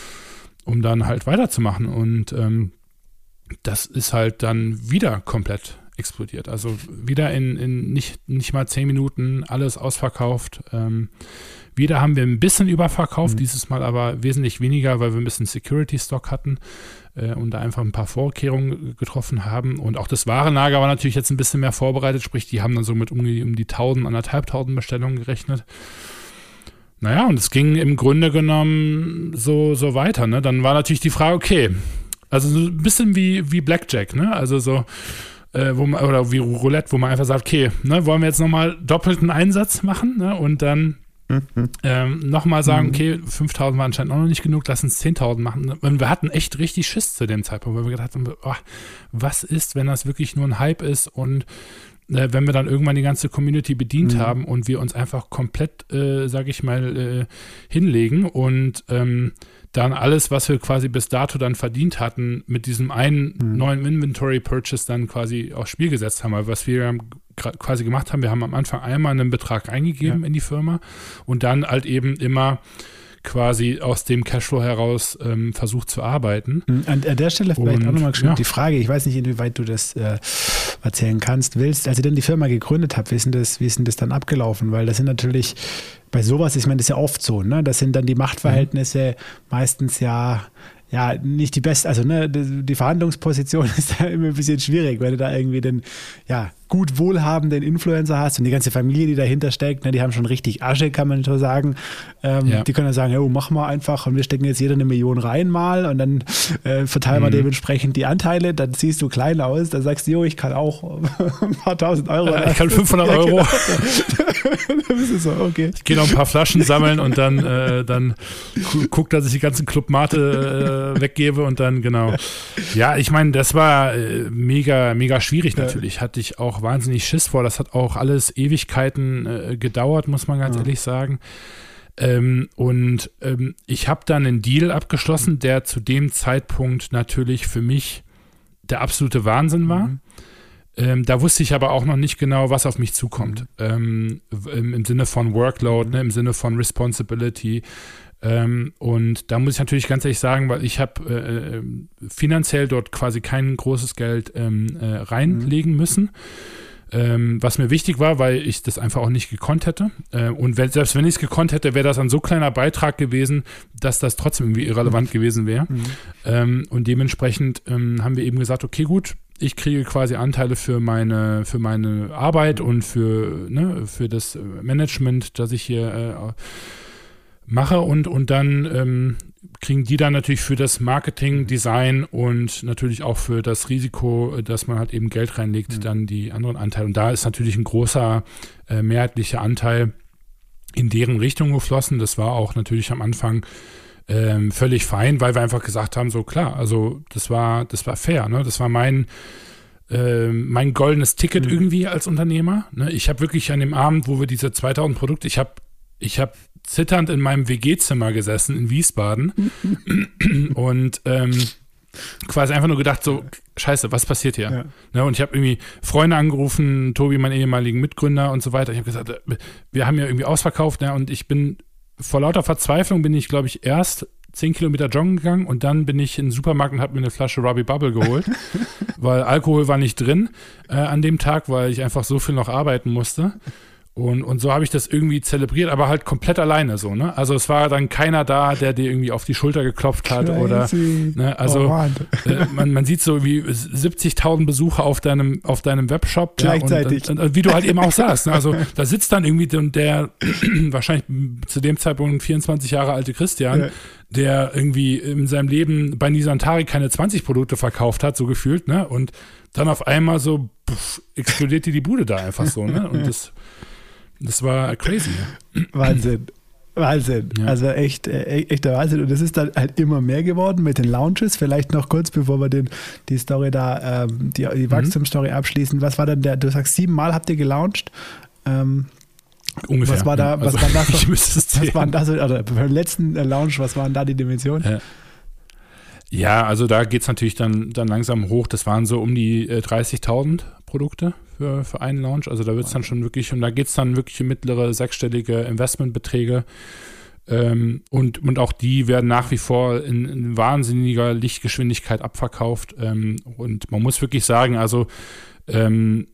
um dann halt weiterzumachen. Und ähm, das ist halt dann wieder komplett explodiert. Also wieder in, in nicht, nicht mal zehn Minuten alles ausverkauft. Ähm, wieder haben wir ein bisschen überverkauft, mhm. dieses Mal aber wesentlich weniger, weil wir ein bisschen Security-Stock hatten äh, und da einfach ein paar Vorkehrungen getroffen haben. Und auch das Warenlager war natürlich jetzt ein bisschen mehr vorbereitet, sprich, die haben dann so mit um die, um die tausend, anderthalbtausend Bestellungen gerechnet. Naja, und es ging im Grunde genommen so, so weiter. Ne? Dann war natürlich die Frage, okay, also so ein bisschen wie, wie Blackjack, ne? Also so Äh, wo man, oder wie Roulette, wo man einfach sagt, okay, ne, wollen wir jetzt nochmal doppelten Einsatz machen, ne, und dann mhm. ähm, nochmal sagen, okay, fünftausend war anscheinend auch noch nicht genug, lass uns zehntausend machen. Und wir hatten echt richtig Schiss zu dem Zeitpunkt, weil wir gedacht haben, oh, was ist, wenn das wirklich nur ein Hype ist und äh, wenn wir dann irgendwann die ganze Community bedient mhm. haben und wir uns einfach komplett, äh, sag ich mal, äh, hinlegen und ähm, dann alles, was wir quasi bis dato dann verdient hatten, mit diesem einen mhm. neuen Inventory-Purchase dann quasi aufs Spiel gesetzt haben. Weil was wir quasi gemacht haben, wir haben am Anfang einmal einen Betrag eingegeben ja. in die Firma und dann halt eben immer quasi aus dem Cashflow heraus ähm, versucht zu arbeiten. An, an der Stelle vielleicht und, auch nochmal ja. die Frage, ich weiß nicht, inwieweit du das äh, erzählen kannst, willst. Als ihr denn die Firma gegründet habt, wie ist denn das, wie ist denn das dann abgelaufen? Weil das sind natürlich, bei sowas, ich meine, das ist ja oft so, ne? Das sind dann die Machtverhältnisse mhm. meistens ja ja, nicht die beste, also ne, die Verhandlungsposition ist da immer ein bisschen schwierig, weil du da irgendwie den, ja, gut wohlhabenden Influencer hast und die ganze Familie, die dahinter steckt, ne, die haben schon richtig Asche, kann man so sagen. Ähm, ja. Die können dann sagen, oh, mach mal einfach und wir stecken jetzt jeder eine Million rein mal und dann äh, verteilen wir mhm. dementsprechend die Anteile, dann siehst du klein aus, dann sagst du, jo, ich kann auch ein paar tausend Euro. Ja, ich kann fünfhundert Euro. Ja, genau. Dann bist du so, okay. Ich gehe noch ein paar Flaschen sammeln und dann, äh, dann guck, dass ich die ganzen Club Mate äh, weggebe und dann, genau. Ja, ich meine, das war äh, mega, mega schwierig natürlich. Ja. Hatte ich auch wahnsinnig Schiss vor. Das hat auch alles Ewigkeiten äh, gedauert, muss man ganz ja. ehrlich sagen. Ähm, und ähm, ich habe dann einen Deal abgeschlossen, der zu dem Zeitpunkt natürlich für mich der absolute Wahnsinn war. Mhm. Ähm, da wusste ich aber auch noch nicht genau, was auf mich zukommt. Mhm. Ähm, im, im Sinne von Workload, mhm. ne, im Sinne von Responsibility. Ähm, und da muss ich natürlich ganz ehrlich sagen, weil ich habe äh, finanziell dort quasi kein großes Geld ähm, äh, reinlegen mhm. müssen. Ähm, was mir wichtig war, weil ich das einfach auch nicht gekonnt hätte. Äh, und wenn, selbst wenn ich es gekonnt hätte, wäre das ein so kleiner Beitrag gewesen, dass das trotzdem irgendwie irrelevant mhm. gewesen wäre. Mhm. Ähm, und dementsprechend ähm, haben wir eben gesagt, okay, gut, ich kriege quasi Anteile für meine, für meine Arbeit und für, ne, für das Management, das ich hier äh, mache und, und dann ähm, kriegen die dann natürlich für das Marketing, Design und natürlich auch für das Risiko, dass man halt eben Geld reinlegt, mhm. dann die anderen Anteile. Und da ist natürlich ein großer äh, mehrheitlicher Anteil in deren Richtung geflossen. Das war auch natürlich am Anfang ähm, völlig fein, weil wir einfach gesagt haben, so klar, also das war, das war fair, ne? Das war mein äh, mein goldenes Ticket mhm. irgendwie als Unternehmer. Ne? Ich habe wirklich an dem Abend, wo wir diese zweitausend Produkte, ich habe ich habe zitternd in meinem W G-Zimmer gesessen in Wiesbaden und ähm, quasi einfach nur gedacht, so, scheiße, was passiert hier? Ja. Ne, und ich habe irgendwie Freunde angerufen, Tobi, meinen ehemaligen Mitgründer und so weiter. Ich habe gesagt, wir haben ja irgendwie ausverkauft, ne, und ich bin vor lauter Verzweiflung bin ich, glaube ich, erst zehn Kilometer joggen gegangen und dann bin ich in den Supermarkt und habe mir eine Flasche Ruby Bubble geholt, weil Alkohol war nicht drin äh, an dem Tag, weil ich einfach so viel noch arbeiten musste. Und, und so habe ich das irgendwie zelebriert, aber halt komplett alleine so, ne? Also es war dann keiner da, der dir irgendwie auf die Schulter geklopft hat. Crazy. Oder, ne? Also oh, äh, man, man sieht so wie siebzigtausend Besucher auf deinem, auf deinem Webshop. Gleichzeitig. Ja, und, und, und wie du halt eben auch sagst, ne? Also da sitzt dann irgendwie der, der wahrscheinlich zu dem Zeitpunkt vierundzwanzig Jahre alte Christian, ja. der irgendwie in seinem Leben bei Nisantari keine zwanzig Produkte verkauft hat, so gefühlt, ne? Und dann auf einmal so pff, explodiert dir die Bude da einfach so, ne? Und das Das war crazy. Wahnsinn. Wahnsinn. Ja. Also echt, echt, echter Wahnsinn. Und es ist dann halt immer mehr geworden mit den Launches. Vielleicht noch kurz, bevor wir den, die Story da, ähm, die, die Wachstumsstory mhm. abschließen. Was war denn der, du sagst, siebenmal habt ihr gelauncht. Ähm, Ungefähr. Was war da, ja. was also, war das? Ich müsste es was waren da so, oder beim letzten Launch, was waren da die Dimensionen? Ja. Ja, also da geht es natürlich dann, dann langsam hoch. Das waren so um die äh, dreißigtausend Produkte für, für einen Launch. Also da wird es dann schon wirklich, und da geht es dann wirklich in mittlere sechsstellige Investmentbeträge. Ähm, und, und auch die werden nach wie vor in, in wahnsinniger Lichtgeschwindigkeit abverkauft. Ähm, und man muss wirklich sagen, also ähm,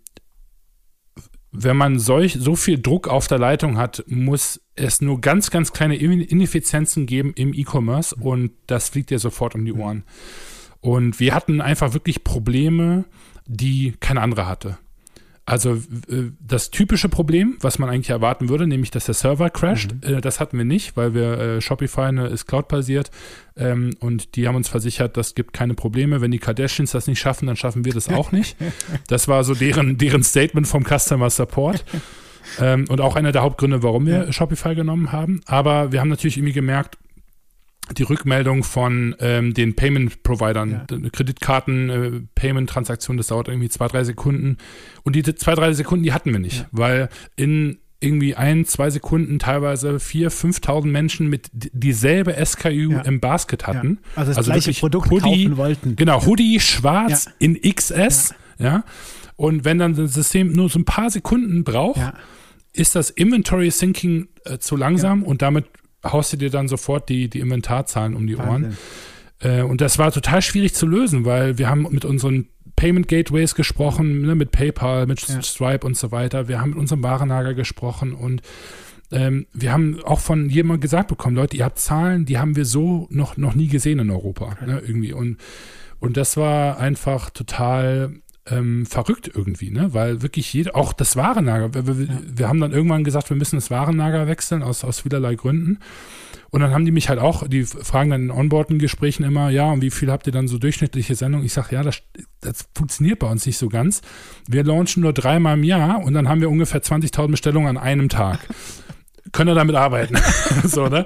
wenn man solch, so viel Druck auf der Leitung hat, muss es nur ganz, ganz kleine Ineffizienzen geben im E-Commerce und das fliegt dir sofort um die Ohren. Und wir hatten einfach wirklich Probleme, die kein anderer hatte. Also das typische Problem, was man eigentlich erwarten würde, nämlich dass der Server crasht, mhm. das hatten wir nicht, weil wir Shopify eine, ist Cloud-basiert ähm, und die haben uns versichert, das gibt keine Probleme. Wenn die Kardashians das nicht schaffen, dann schaffen wir das auch nicht. Das war so deren, deren Statement vom Customer Support. ähm, und auch einer der Hauptgründe, warum wir ja. Shopify genommen haben. Aber wir haben natürlich irgendwie gemerkt, die Rückmeldung von ähm, den Payment-Providern, ja. Kreditkarten, äh, Payment-Transaktionen, das dauert irgendwie zwei, drei Sekunden. Und die zwei, drei Sekunden, die hatten wir nicht, ja. weil in irgendwie ein, zwei Sekunden teilweise vier, fünftausend Menschen mit dieselbe S K U ja. im Basket hatten. Ja. Also das also gleiche Produkt Hoodie, kaufen wollten. Genau, Hoodie schwarz ja. in X S. Ja. ja. Und wenn dann das System nur so ein paar Sekunden braucht, ja. ist das Inventory Syncing äh, zu langsam ja. und damit haust du dir dann sofort die, die Inventarzahlen um die Ohren. Äh, und das war total schwierig zu lösen, weil wir haben mit unseren Payment Gateways gesprochen, ne, mit PayPal, mit ja. Stripe und so weiter. Wir haben mit unserem Warenlager gesprochen und ähm, wir haben auch von jemandem gesagt bekommen, Leute, ihr habt Zahlen, die haben wir so noch, noch nie gesehen in Europa. Okay. Ne, irgendwie. Und, und das war einfach total ähm, verrückt irgendwie, ne? Weil wirklich jeder, auch das Warenlager, wir, wir, ja. wir haben dann irgendwann gesagt, wir müssen das Warenlager wechseln aus, aus vielerlei Gründen. Und dann haben die mich halt auch, die fragen dann in Onboarding-Gesprächen immer, ja, und wie viel habt ihr dann so durchschnittliche Sendungen? Ich sage, ja, das, das funktioniert bei uns nicht so ganz. Wir launchen nur dreimal im Jahr und dann haben wir ungefähr zwanzigtausend Bestellungen an einem Tag. Können wir damit arbeiten? so, ne?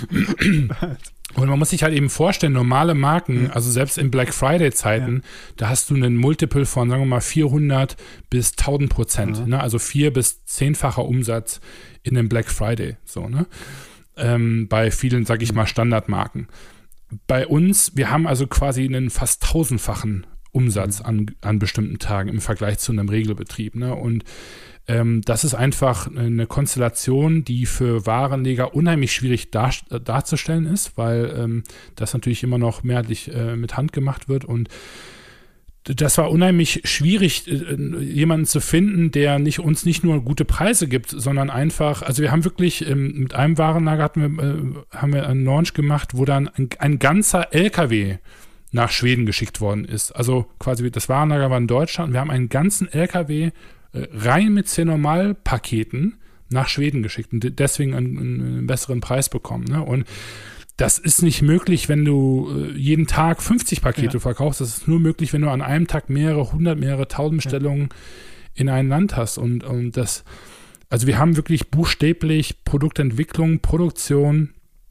Und man muss sich halt eben vorstellen, normale Marken, also selbst in Black Friday-Zeiten, ja. da hast du einen Multiple von, sagen wir mal, vierhundert bis tausend Prozent. Ja. Ne? Also vier- bis zehnfacher Umsatz in den Black Friday. So, ne? Ähm, bei vielen, sag ich mal, Standardmarken. Bei uns, wir haben also quasi einen fast tausendfachen Umsatz an, an bestimmten Tagen im Vergleich zu einem Regelbetrieb. Ne? Und ähm, das ist einfach eine Konstellation, die für Warenleger unheimlich schwierig dar, darzustellen ist, weil ähm, das natürlich immer noch mehrheitlich äh, mit Hand gemacht wird. Und das war unheimlich schwierig, jemanden zu finden, der nicht uns nicht nur gute Preise gibt, sondern einfach, also wir haben wirklich ähm, mit einem Warenlager hatten wir, äh, haben wir einen Launch gemacht, wo dann ein, ein ganzer L K W nach Schweden geschickt worden ist. Also quasi das Warenlager war in Deutschland und wir haben einen ganzen L K W äh, rein mit C-Normal-Paketen nach Schweden geschickt und deswegen einen, einen besseren Preis bekommen. Ne? Und das ist nicht möglich, wenn du äh, jeden Tag fünfzig Pakete ja. verkaufst. Das ist nur möglich, wenn du an einem Tag mehrere hundert, mehrere tausend Bestellungen ja. in ein Land hast. Und, und das, also wir haben wirklich buchstäblich Produktentwicklung, Produktion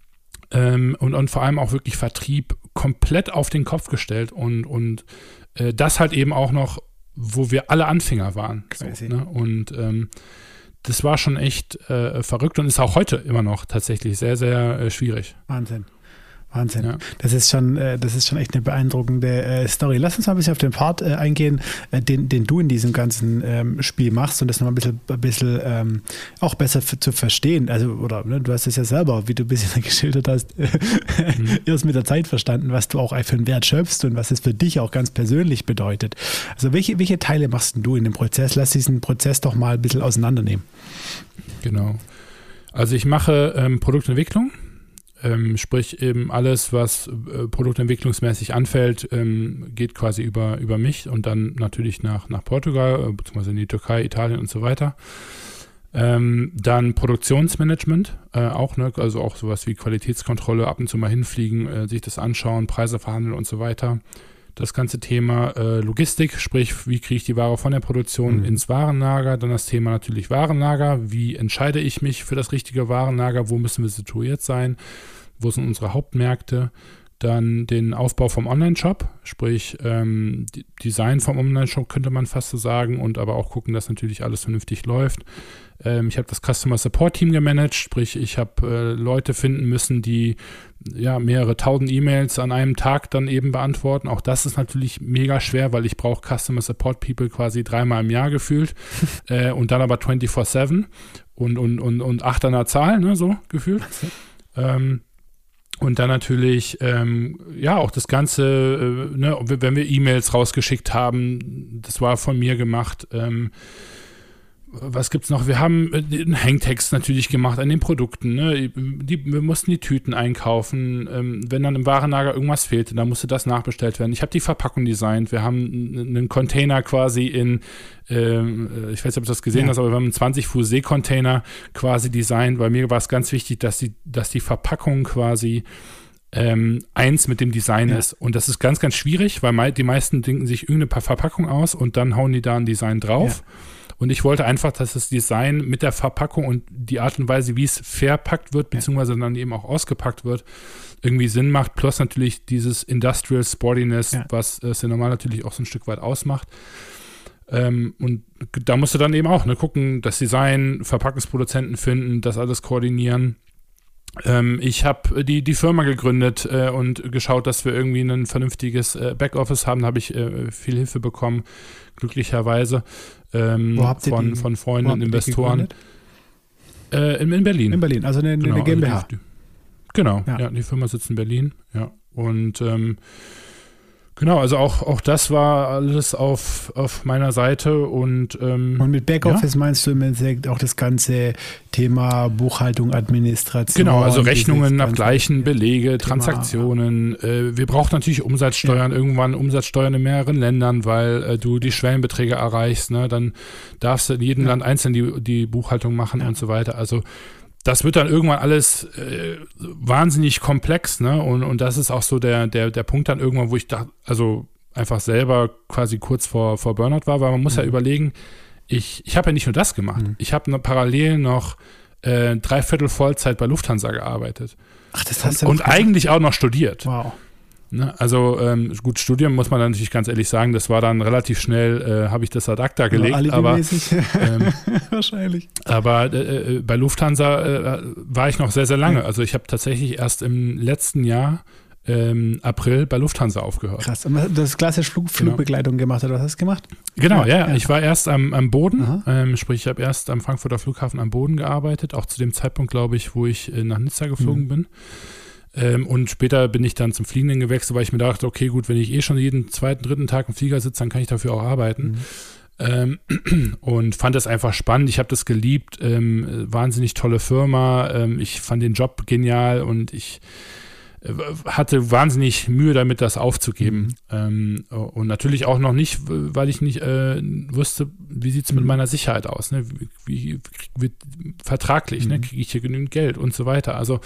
ähm, und, und vor allem auch wirklich Vertrieb komplett auf den Kopf gestellt. Und, und äh, das halt eben auch noch, wo wir alle Anfänger waren. So, ne? Und ähm, das war schon echt äh, verrückt und ist auch heute immer noch tatsächlich sehr, sehr äh, schwierig. Wahnsinn. Wahnsinn. Ja. Das ist schon, äh, das ist schon echt eine beeindruckende äh, Story. Lass uns mal ein bisschen auf den Part äh, eingehen, äh, den, den du in diesem ganzen ähm, Spiel machst und das noch mal ein bisschen, ein bisschen ähm, auch besser f- zu verstehen. Also, oder ne, du hast es ja selber, wie du ein bisschen geschildert hast, mhm. erst mit der Zeit verstanden, was du auch für einen Wert schöpfst und was es für dich auch ganz persönlich bedeutet. Also, welche, welche Teile machst denn du in dem Prozess? Lass diesen Prozess doch mal ein bisschen auseinandernehmen. Genau. Also, ich mache ähm, Produktentwicklung. Ähm, sprich eben alles, was äh, produktentwicklungsmäßig anfällt, ähm, geht quasi über, über mich und dann natürlich nach, nach Portugal, äh, beziehungsweise in die Türkei, Italien und so weiter. Ähm, dann Produktionsmanagement, äh, auch, ne, also auch sowas wie Qualitätskontrolle, ab und zu mal hinfliegen, äh, sich das anschauen, Preise verhandeln und so weiter. Das ganze Thema äh, Logistik, sprich, wie kriege ich die Ware von der Produktion mhm. ins Warenlager, dann das Thema natürlich Warenlager, wie entscheide ich mich für das richtige Warenlager, wo müssen wir situiert sein, wo sind unsere Hauptmärkte, dann den Aufbau vom Online-Shop, sprich ähm, Design vom Online-Shop könnte man fast so sagen und aber auch gucken, dass natürlich alles vernünftig läuft. Ähm, ich habe das Customer Support Team gemanagt, sprich ich habe äh, Leute finden müssen, die ja mehrere tausend E-Mails an einem Tag dann eben beantworten. Auch das ist natürlich mega schwer, weil ich brauche Customer Support People quasi dreimal im Jahr gefühlt äh, und dann aber vierundzwanzig sieben und, und, und, und acht an der Zahl, ne, so gefühlt. Ähm, Und dann natürlich, ähm, ja, auch das Ganze, äh, ne, wenn wir E-Mails rausgeschickt haben, das war von mir gemacht. Ähm, was gibt's noch? Wir haben einen Hangtext natürlich gemacht an den Produkten. Ne? Die, wir mussten die Tüten einkaufen. Ähm, wenn dann im Warenlager irgendwas fehlte, dann musste das nachbestellt werden. Ich habe die Verpackung designt. Wir haben einen Container quasi in, ähm, ich weiß nicht, ob du das gesehen ja. hast, aber wir haben einen zwanzig Fuß Seekontainer quasi designt, weil mir war es ganz wichtig, dass die, dass die Verpackung quasi ähm, eins mit dem Design ja. ist. Und das ist ganz, ganz schwierig, weil mei- die meisten denken sich irgendeine Verpackung aus und dann hauen die da ein Design drauf. Ja. Und ich wollte einfach, dass das Design mit der Verpackung und die Art und Weise, wie es verpackt wird, beziehungsweise dann eben auch ausgepackt wird, irgendwie Sinn macht. Plus natürlich dieses Industrial Sportiness, ja. was äh, C-Normal natürlich auch so ein Stück weit ausmacht. Ähm, und da musst du dann eben auch ne, gucken, das Design, Verpackungsproduzenten finden, das alles koordinieren. Ähm, ich habe die, die Firma gegründet äh, und geschaut, dass wir irgendwie ein vernünftiges äh, Backoffice haben. Da habe ich äh, viel Hilfe bekommen, glücklicherweise. Ähm, Wo habt ihr von, die, von Freunden und Investoren. Äh, in, in Berlin. In Berlin, also eine, genau, eine GmbH. Also die, die, genau, ja. ja, die Firma sitzt in Berlin, ja. Und ähm, Genau, also auch, auch das war alles auf, auf meiner Seite und ähm, Und mit Backoffice ja? meinst du im Endeffekt auch das ganze Thema Buchhaltung, Administration? Genau, also Rechnungen abgleichen, Belege, Thema, Transaktionen. Ja. Äh, wir brauchen natürlich Umsatzsteuern, ja. irgendwann Umsatzsteuern in mehreren Ländern, weil äh, du die Schwellenbeträge erreichst. Ne? Dann darfst du in jedem ja. Land einzeln die, die Buchhaltung machen ja. und so weiter. Also das wird dann irgendwann alles äh, wahnsinnig komplex, ne? Und, und das ist auch so der, der, der Punkt dann irgendwann, wo ich da, also einfach selber quasi kurz vor, vor Burnout war, weil man muss mhm. ja überlegen, ich, ich habe ja nicht nur das gemacht, mhm. ich habe parallel noch äh, dreiviertel Vollzeit bei Lufthansa gearbeitet. Ach, das hast du Und, und eigentlich auch noch studiert. Wow. Ne, also ähm, gut, Studium muss man dann natürlich ganz ehrlich sagen, das war dann relativ schnell, äh, habe ich das ad acta gelegt, ja, aber ähm, wahrscheinlich. Aber äh, bei Lufthansa äh, war ich noch sehr, sehr lange. Ja. Also ich habe tatsächlich erst im letzten Jahr, ähm, April, bei Lufthansa aufgehört. Krass, und du hast klassisch Flug, Flugbegleitung genau. gemacht, oder was hast du gemacht? Genau, ja, ja. Ich war erst am, am Boden, ähm, sprich ich habe erst am Frankfurter Flughafen am Boden gearbeitet, auch zu dem Zeitpunkt, glaube ich, wo ich äh, nach Nizza geflogen mhm. bin. Ähm, und später bin ich dann zum Fliegenden gewechselt, weil ich mir dachte, okay, gut, wenn ich eh schon jeden zweiten, dritten Tag im Flieger sitze, dann kann ich dafür auch arbeiten. Mhm. Ähm, und fand das einfach spannend. Ich habe das geliebt. Ähm, wahnsinnig tolle Firma. Ähm, ich fand den Job genial und ich äh, hatte wahnsinnig Mühe damit, das aufzugeben. Mhm. Ähm, und natürlich auch noch nicht, weil ich nicht äh, wusste, wie sieht es mit mhm. meiner Sicherheit aus. Ne? Wie, wie, wie vertraglich, mhm. ne? Kriege ich hier genügend Geld und so weiter. Also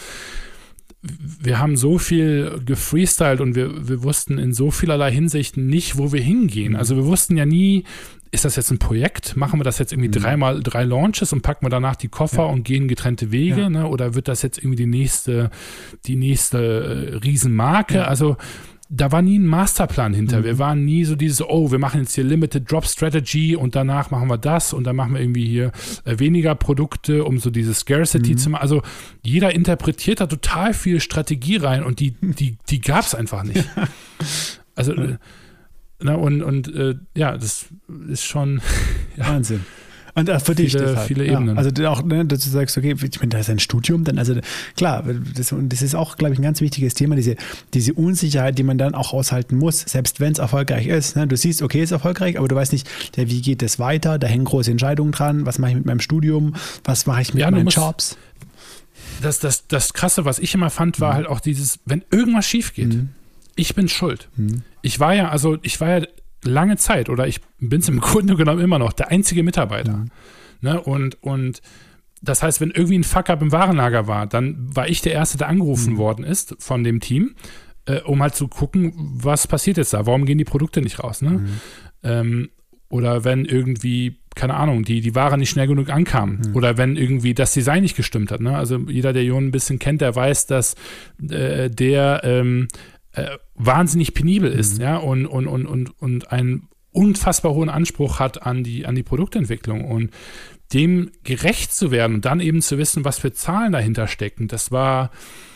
wir haben so viel gefreestylt und wir, wir wussten in so vielerlei Hinsicht nicht, wo wir hingehen. Also wir wussten ja nie, ist das jetzt ein Projekt? Machen wir das jetzt irgendwie mhm. dreimal drei Launches und packen wir danach die Koffer ja. und gehen getrennte Wege? Ja. Ne? Oder wird das jetzt irgendwie die nächste, die nächste äh, Riesenmarke? Ja. Also da war nie ein Masterplan hinter. Mhm. Wir waren nie so dieses, oh, wir machen jetzt hier Limited Drop Strategy und danach machen wir das und dann machen wir irgendwie hier äh, weniger Produkte, um so diese Scarcity mhm. zu machen. Also jeder interpretiert da total viel Strategie rein und die, die, die gab es einfach nicht. Also, äh, na, und, und äh, ja, das ist schon ja, Wahnsinn. Und auch für dich viele, deshalb. viele ja, Ebenen. also auch, ne, dass du sagst, okay, ich meine, da ist ein Studium, dann, also klar, das, und das ist auch, glaube ich, ein ganz wichtiges Thema, diese, diese Unsicherheit, die man dann auch aushalten muss, selbst wenn es erfolgreich ist. Ne? Du siehst, okay, ist erfolgreich, aber du weißt nicht, ja, wie geht es weiter, da hängen große Entscheidungen dran, was mache ich mit meinem Studium, was mache ich mit ja, meinen musst, Jobs. Das, das, das Krasse, was ich immer fand, war mhm. halt auch dieses, wenn irgendwas schief geht, mhm. ich bin schuld. Mhm. Ich war ja, also ich war ja lange Zeit, oder ich bin es im Grunde genommen immer noch, der einzige Mitarbeiter. Mhm. Ne? Und, und das heißt, wenn irgendwie ein Fuck-up im Warenlager war, dann war ich der Erste, der angerufen mhm. worden ist von dem Team, äh, um halt zu gucken, was passiert jetzt da, warum gehen die Produkte nicht raus. Ne? Mhm. Ähm, oder wenn irgendwie, keine Ahnung, die, die Ware nicht schnell genug ankam. Mhm. Oder wenn irgendwie das Design nicht gestimmt hat. Ne? Also jeder, der Jon ein bisschen kennt, der weiß, dass äh, der ähm, Äh, wahnsinnig penibel ist, mhm. ja, und, und, und, und, und einen unfassbar hohen Anspruch hat an die, an die Produktentwicklung und dem gerecht zu werden und dann eben zu wissen, was für Zahlen dahinter stecken, das war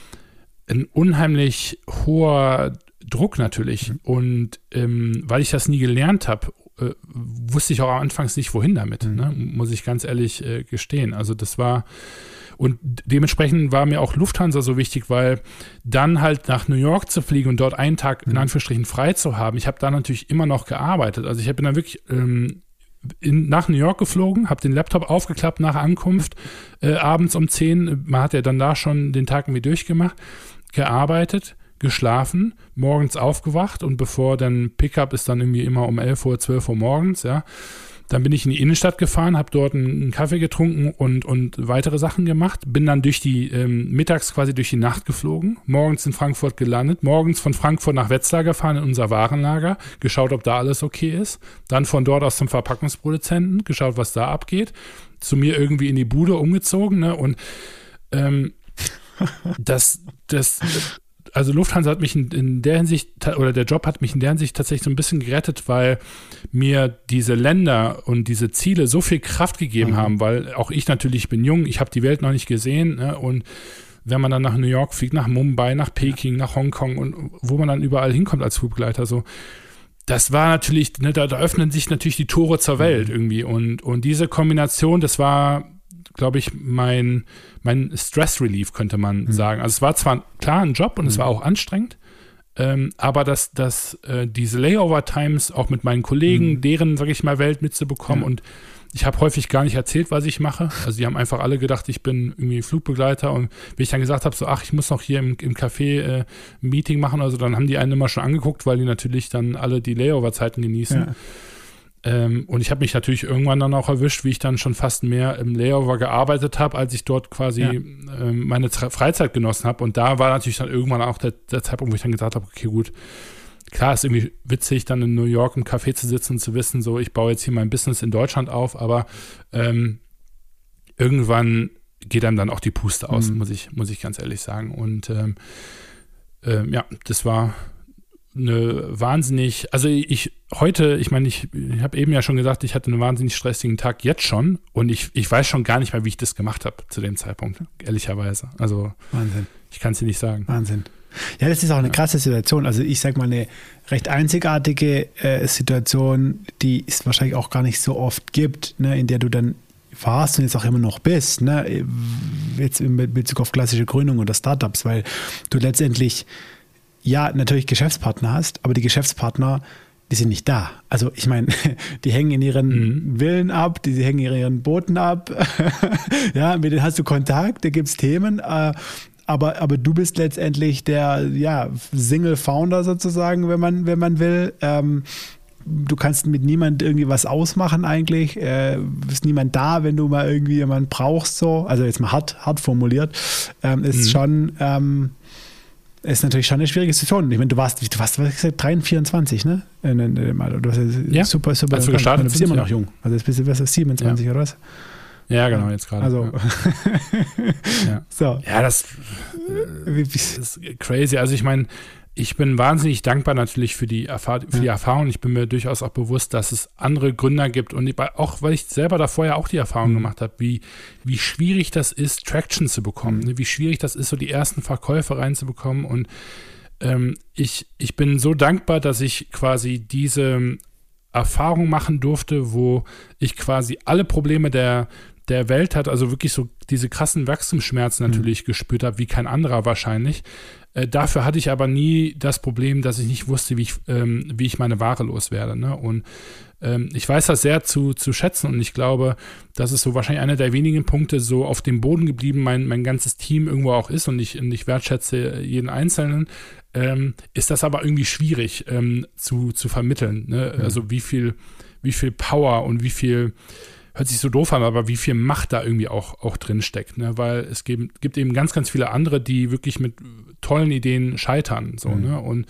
ein unheimlich hoher Druck natürlich mhm. und ähm, weil ich das nie gelernt habe, äh, wusste ich auch anfangs nicht, wohin damit, mhm. ne? Muss ich ganz ehrlich äh, gestehen, also das war. Und dementsprechend war mir auch Lufthansa so wichtig, weil dann halt nach New York zu fliegen und dort einen Tag in Anführungsstrichen frei zu haben. Ich habe da natürlich immer noch gearbeitet. Also ich bin dann wirklich ähm, in, nach New York geflogen, habe den Laptop aufgeklappt nach Ankunft, äh, abends um zehn. Man hat ja dann da schon den Tag irgendwie durchgemacht, gearbeitet, geschlafen, morgens aufgewacht und bevor dann Pickup ist dann irgendwie immer um elf Uhr, zwölf Uhr morgens, ja. Dann bin ich in die Innenstadt gefahren, habe dort einen Kaffee getrunken und, und weitere Sachen gemacht. Bin dann durch die, ähm, mittags quasi durch die Nacht geflogen, morgens in Frankfurt gelandet, morgens von Frankfurt nach Wetzlar gefahren in unser Warenlager, geschaut, ob da alles okay ist. Dann von dort aus zum Verpackungsproduzenten, geschaut, was da abgeht. Zu mir irgendwie in die Bude umgezogen, ne? Und ähm, das, das, also Lufthansa hat mich in, in der Hinsicht, oder der Job hat mich in der Hinsicht tatsächlich so ein bisschen gerettet, weil mir diese Länder und diese Ziele so viel Kraft gegeben mhm. haben, weil auch ich natürlich bin jung, ich habe die Welt noch nicht gesehen, ne? Und wenn man dann nach New York fliegt, nach Mumbai, nach Peking, nach Hongkong und wo man dann überall hinkommt als Flugbegleiter, so, das war natürlich, ne, da, da öffnen sich natürlich die Tore zur Welt mhm. irgendwie und, und diese Kombination, das war, glaube ich, mein, mein Stress-Relief, könnte man mhm. sagen. Also es war zwar klar ein Job und mhm. es war auch anstrengend, Ähm, aber dass, dass äh, diese Layover-Times auch mit meinen Kollegen, mhm. deren, sag ich mal, Welt mitzubekommen, ja. und ich habe häufig gar nicht erzählt, was ich mache. Also die haben einfach alle gedacht, ich bin irgendwie Flugbegleiter, und wenn ich dann gesagt habe, so ach, ich muss noch hier im, im Café äh, ein Meeting machen, also dann haben die einen immer schon angeguckt, weil die natürlich dann alle die Layover-Zeiten genießen. Ja. Ähm, und ich habe mich natürlich irgendwann dann auch erwischt, wie ich dann schon fast mehr im Layover gearbeitet habe, als ich dort quasi ja. ähm, meine Freizeit genossen habe. Und da war natürlich dann irgendwann auch der, der Zeitpunkt, wo ich dann gesagt habe, okay, gut, klar, ist irgendwie witzig, dann in New York im Café zu sitzen und zu wissen, so, ich baue jetzt hier mein Business in Deutschland auf, aber ähm, irgendwann geht einem dann auch die Puste aus, mhm. muss ich, muss ich ganz ehrlich sagen. Und ähm, äh, ja, das war eine wahnsinnig, also ich heute, ich meine, ich, ich habe eben ja schon gesagt, ich hatte einen wahnsinnig stressigen Tag jetzt schon, und ich, ich weiß schon gar nicht mehr, wie ich das gemacht habe zu dem Zeitpunkt, ehrlicherweise. Also Wahnsinn. Ich kann es dir nicht sagen. Wahnsinn. Ja, das ist auch eine ja. krasse Situation. Also ich sag mal, eine recht einzigartige äh, Situation, die es wahrscheinlich auch gar nicht so oft gibt, ne, in der du dann warst und jetzt auch immer noch bist, ne, jetzt in Bezug auf klassische Gründung oder Startups, weil du letztendlich ja natürlich Geschäftspartner hast, aber die Geschäftspartner, die sind nicht da. Also ich meine, die hängen in ihren mhm. Villen ab, die, die hängen in ihren Booten ab. Ja, mit denen hast du Kontakt, da gibt es Themen, äh, aber, aber du bist letztendlich der ja, Single-Founder sozusagen, wenn man, wenn man will. Ähm, du kannst mit niemand irgendwie was ausmachen eigentlich. Äh, ist niemand da, wenn du mal irgendwie jemanden brauchst. So. Also jetzt mal hart, hart formuliert. Ähm, ist mhm. schon... Ähm, ist natürlich schon eine schwierige Situation. Ich meine, du warst, du warst, was gesagt, drei, vierundzwanzig, ne? Du warst ja, super, super. Als du gestartet du bist immer noch jung. Also jetzt bist du, was ist siebenundzwanzig ja. oder was? Ja, genau, jetzt gerade. Also, ja. So. Ja, das, äh, das ist crazy. Also ich meine, ich bin wahnsinnig dankbar natürlich für die, Erfahr- für die ja. Erfahrung. Ich bin mir durchaus auch bewusst, dass es andere Gründer gibt, und auch, weil ich selber davor ja auch die Erfahrung mhm. gemacht habe, wie, wie schwierig das ist, Traction zu bekommen, mhm. wie schwierig das ist, so die ersten Verkäufe reinzubekommen. Und ähm, ich, ich bin so dankbar, dass ich quasi diese Erfahrung machen durfte, wo ich quasi alle Probleme der der Welt hat, also wirklich so diese krassen Wachstumsschmerzen natürlich mhm. gespürt habe, wie kein anderer wahrscheinlich. Äh, dafür hatte ich aber nie das Problem, dass ich nicht wusste, wie ich, ähm, wie ich meine Ware loswerde. Ne? Und ähm, ich weiß das sehr zu, zu schätzen, und ich glaube, das ist so wahrscheinlich einer der wenigen Punkte, so auf dem Boden geblieben mein, mein ganzes Team irgendwo auch ist, und ich, und ich wertschätze jeden Einzelnen. Ähm, ist das aber irgendwie schwierig ähm, zu, zu vermitteln. Ne? Mhm. Also wie viel, wie viel Power und wie viel, hört sich so doof an, aber wie viel Macht da irgendwie auch, auch drin steckt, ne? Weil es gibt, gibt eben ganz, ganz viele andere, die wirklich mit tollen Ideen scheitern, so, mhm. ne? Und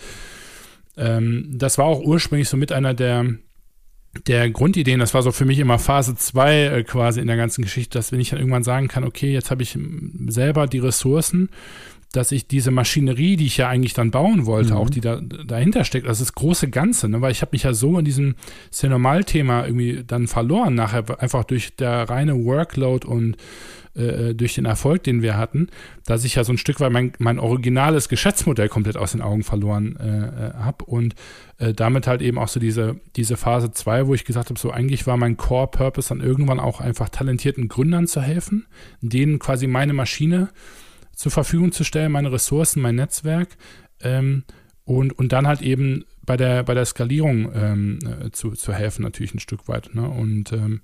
ähm, das war auch ursprünglich so mit einer der, der Grundideen, das war so für mich immer Phase zwei äh, quasi in der ganzen Geschichte, dass wenn ich dann irgendwann sagen kann, okay, jetzt habe ich selber die Ressourcen, dass ich diese Maschinerie, die ich ja eigentlich dann bauen wollte, mhm. auch die da dahinter steckt, also das große Ganze, ne? Weil ich habe mich ja so in diesem C'est-Normal-Thema irgendwie dann verloren nachher, einfach durch der reine Workload und äh, durch den Erfolg, den wir hatten, dass ich ja so ein Stück weit mein, mein originales Geschäftsmodell komplett aus den Augen verloren äh, habe, und äh, damit halt eben auch so diese, diese Phase zwei, wo ich gesagt habe, so eigentlich war mein Core-Purpose dann irgendwann auch einfach talentierten Gründern zu helfen, denen quasi meine Maschine zur Verfügung zu stellen, meine Ressourcen, mein Netzwerk, ähm, und, und dann halt eben bei der, bei der Skalierung ähm, äh, zu, zu helfen, natürlich ein Stück weit. Ne? Und ähm,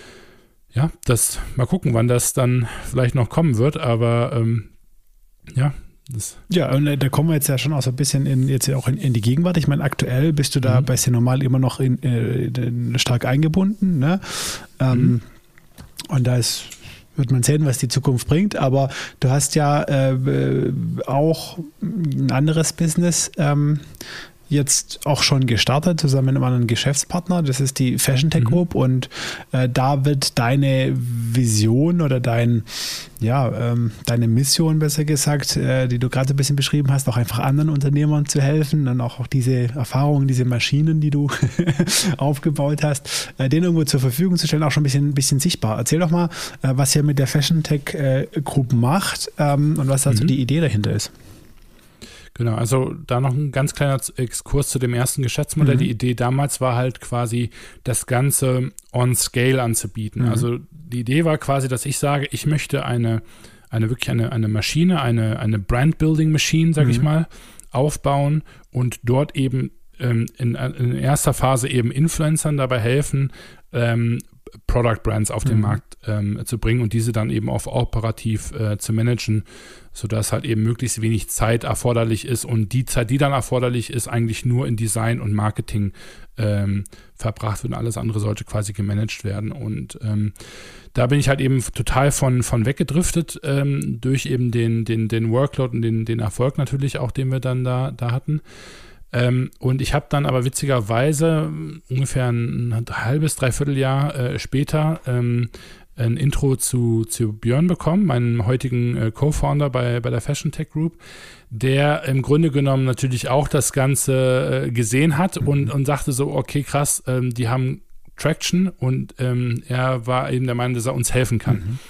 ja, das, mal gucken, wann das dann vielleicht noch kommen wird, aber ähm, ja. Das ja, und da kommen wir jetzt ja schon auch so ein bisschen in, jetzt auch in, in die Gegenwart. Ich meine, aktuell bist du da mhm. bei C'est-Normal immer noch in, in, stark eingebunden, ne? Ähm, mhm. Und da ist wird man sehen, was die Zukunft bringt, aber du hast ja äh, auch ein anderes Business ähm, jetzt auch schon gestartet, zusammen mit einem anderen Geschäftspartner, das ist die Fashion Tech Group, mhm. und äh, da wird deine Vision oder dein, ja, ähm, deine Mission, besser gesagt, äh, die du gerade ein bisschen beschrieben hast, auch einfach anderen Unternehmern zu helfen und auch, auch diese Erfahrungen, diese Maschinen, die du aufgebaut hast, äh, denen irgendwo zur Verfügung zu stellen, auch schon ein bisschen, ein bisschen sichtbar. Erzähl doch mal, äh, was ihr mit der Fashion Tech äh, Group macht ähm, und was also mhm. die Idee dahinter ist. Genau, also da noch ein ganz kleiner Exkurs zu dem ersten Geschäftsmodell. Mhm. Die Idee damals war halt quasi, das Ganze on scale anzubieten. Mhm. Also die Idee war quasi, dass ich sage, ich möchte eine, eine wirklich eine, eine Maschine, eine, eine Brand-Building-Machine, sage mhm. ich mal, aufbauen und dort eben ähm, in, in erster Phase eben Influencern dabei helfen, ähm, Product Brands auf den mhm. Markt ähm, zu bringen und diese dann eben auch operativ äh, zu managen, sodass halt eben möglichst wenig Zeit erforderlich ist und die Zeit, die dann erforderlich ist, eigentlich nur in Design und Marketing ähm, verbracht wird und alles andere sollte quasi gemanagt werden und ähm, da bin ich halt eben total von, von weggedriftet ähm, durch eben den, den, den Workload und den, den Erfolg natürlich auch, den wir dann da, da hatten. Ähm, und ich habe dann aber witzigerweise ungefähr ein, ein halbes, dreiviertel Jahr äh, später ähm, ein Intro zu, zu Björn bekommen, meinem heutigen äh, Co-Founder bei, bei der Fashion Tech Group, der im Grunde genommen natürlich auch das Ganze äh, gesehen hat mhm. und, und sagte so, okay, krass, ähm, die haben Traction und ähm, er war eben der Meinung, dass er uns helfen kann. Mhm.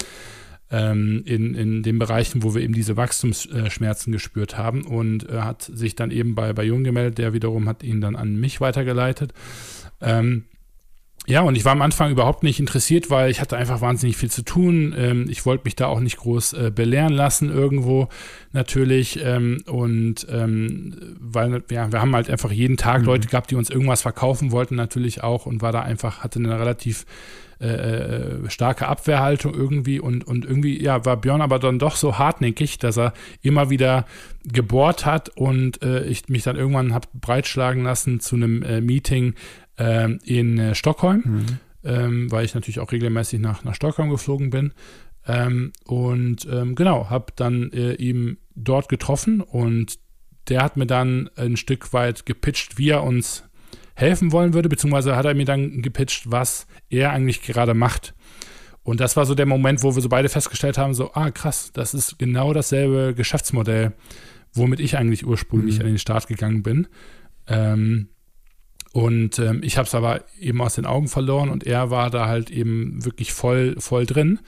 In, in den Bereichen, wo wir eben diese Wachstumsschmerzen gespürt haben und äh, hat sich dann eben bei, bei Jung gemeldet, der wiederum hat ihn dann an mich weitergeleitet. Ähm, ja, und ich war am Anfang überhaupt nicht interessiert, weil ich hatte einfach wahnsinnig viel zu tun. Ähm, ich wollte mich da auch nicht groß äh, belehren lassen irgendwo natürlich ähm, und ähm, weil ja, wir haben halt einfach jeden Tag mhm. Leute gehabt, die uns irgendwas verkaufen wollten natürlich auch und war da einfach, hatte eine relativ Äh, starke Abwehrhaltung irgendwie und, und irgendwie, ja, war Björn aber dann doch so hartnäckig, dass er immer wieder gebohrt hat und äh, ich mich dann irgendwann habe breitschlagen lassen zu einem äh, Meeting äh, in äh, Stockholm, mhm. ähm, weil ich natürlich auch regelmäßig nach, nach Stockholm geflogen bin ähm, und ähm, genau, habe dann äh, ihn dort getroffen und der hat mir dann ein Stück weit gepitcht, wie er uns helfen wollen würde, beziehungsweise hat er mir dann gepitcht, was er eigentlich gerade macht. Und das war so der Moment, wo wir so beide festgestellt haben, so, ah krass, das ist genau dasselbe Geschäftsmodell, womit ich eigentlich ursprünglich mhm. an den Start gegangen bin. Ähm, und ähm, ich habe es aber eben aus den Augen verloren und er war da halt eben wirklich voll, voll drin.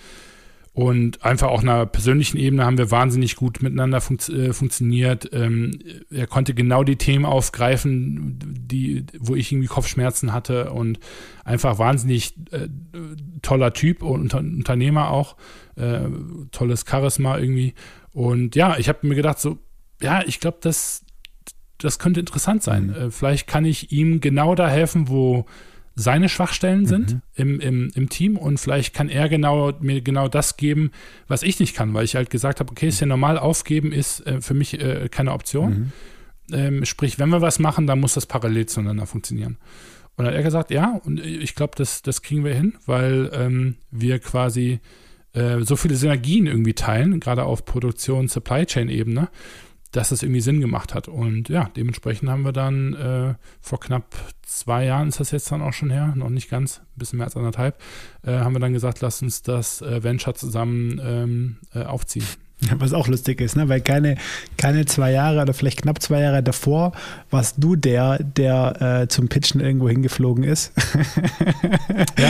Und einfach auf einer persönlichen Ebene haben wir wahnsinnig gut miteinander funkt, äh, funktioniert. Ähm, er konnte genau die Themen aufgreifen, die, wo ich irgendwie Kopfschmerzen hatte und einfach wahnsinnig äh, toller Typ und Unter- Unternehmer auch. Äh, tolles Charisma irgendwie. Und ja, ich habe mir gedacht so, ja, ich glaube, das, das könnte interessant sein. Mhm. Äh, vielleicht kann ich ihm genau da helfen, wo seine Schwachstellen sind mhm. im, im, im Team und vielleicht kann er genau mir genau das geben, was ich nicht kann, weil ich halt gesagt habe, okay, ist ja normal, aufgeben ist äh, für mich äh, keine Option. Mhm. Ähm, sprich, wenn wir was machen, dann muss das parallel zueinander funktionieren. Und dann hat er gesagt, ja, und ich glaube, das, das kriegen wir hin, weil ähm, wir quasi äh, so viele Synergien irgendwie teilen, gerade auf Produktion, Supply Chain Ebene, dass das irgendwie Sinn gemacht hat. Und ja, dementsprechend haben wir dann äh, vor knapp zwei Jahren, ist das jetzt dann auch schon her, noch nicht ganz, ein bisschen mehr als anderthalb, äh, haben wir dann gesagt, lass uns das äh, Venture zusammen ähm, äh, aufziehen. Ja, was auch lustig ist, ne? Weil keine, keine zwei Jahre oder vielleicht knapp zwei Jahre davor warst du der, der äh, zum Pitchen irgendwo hingeflogen ist. Ja.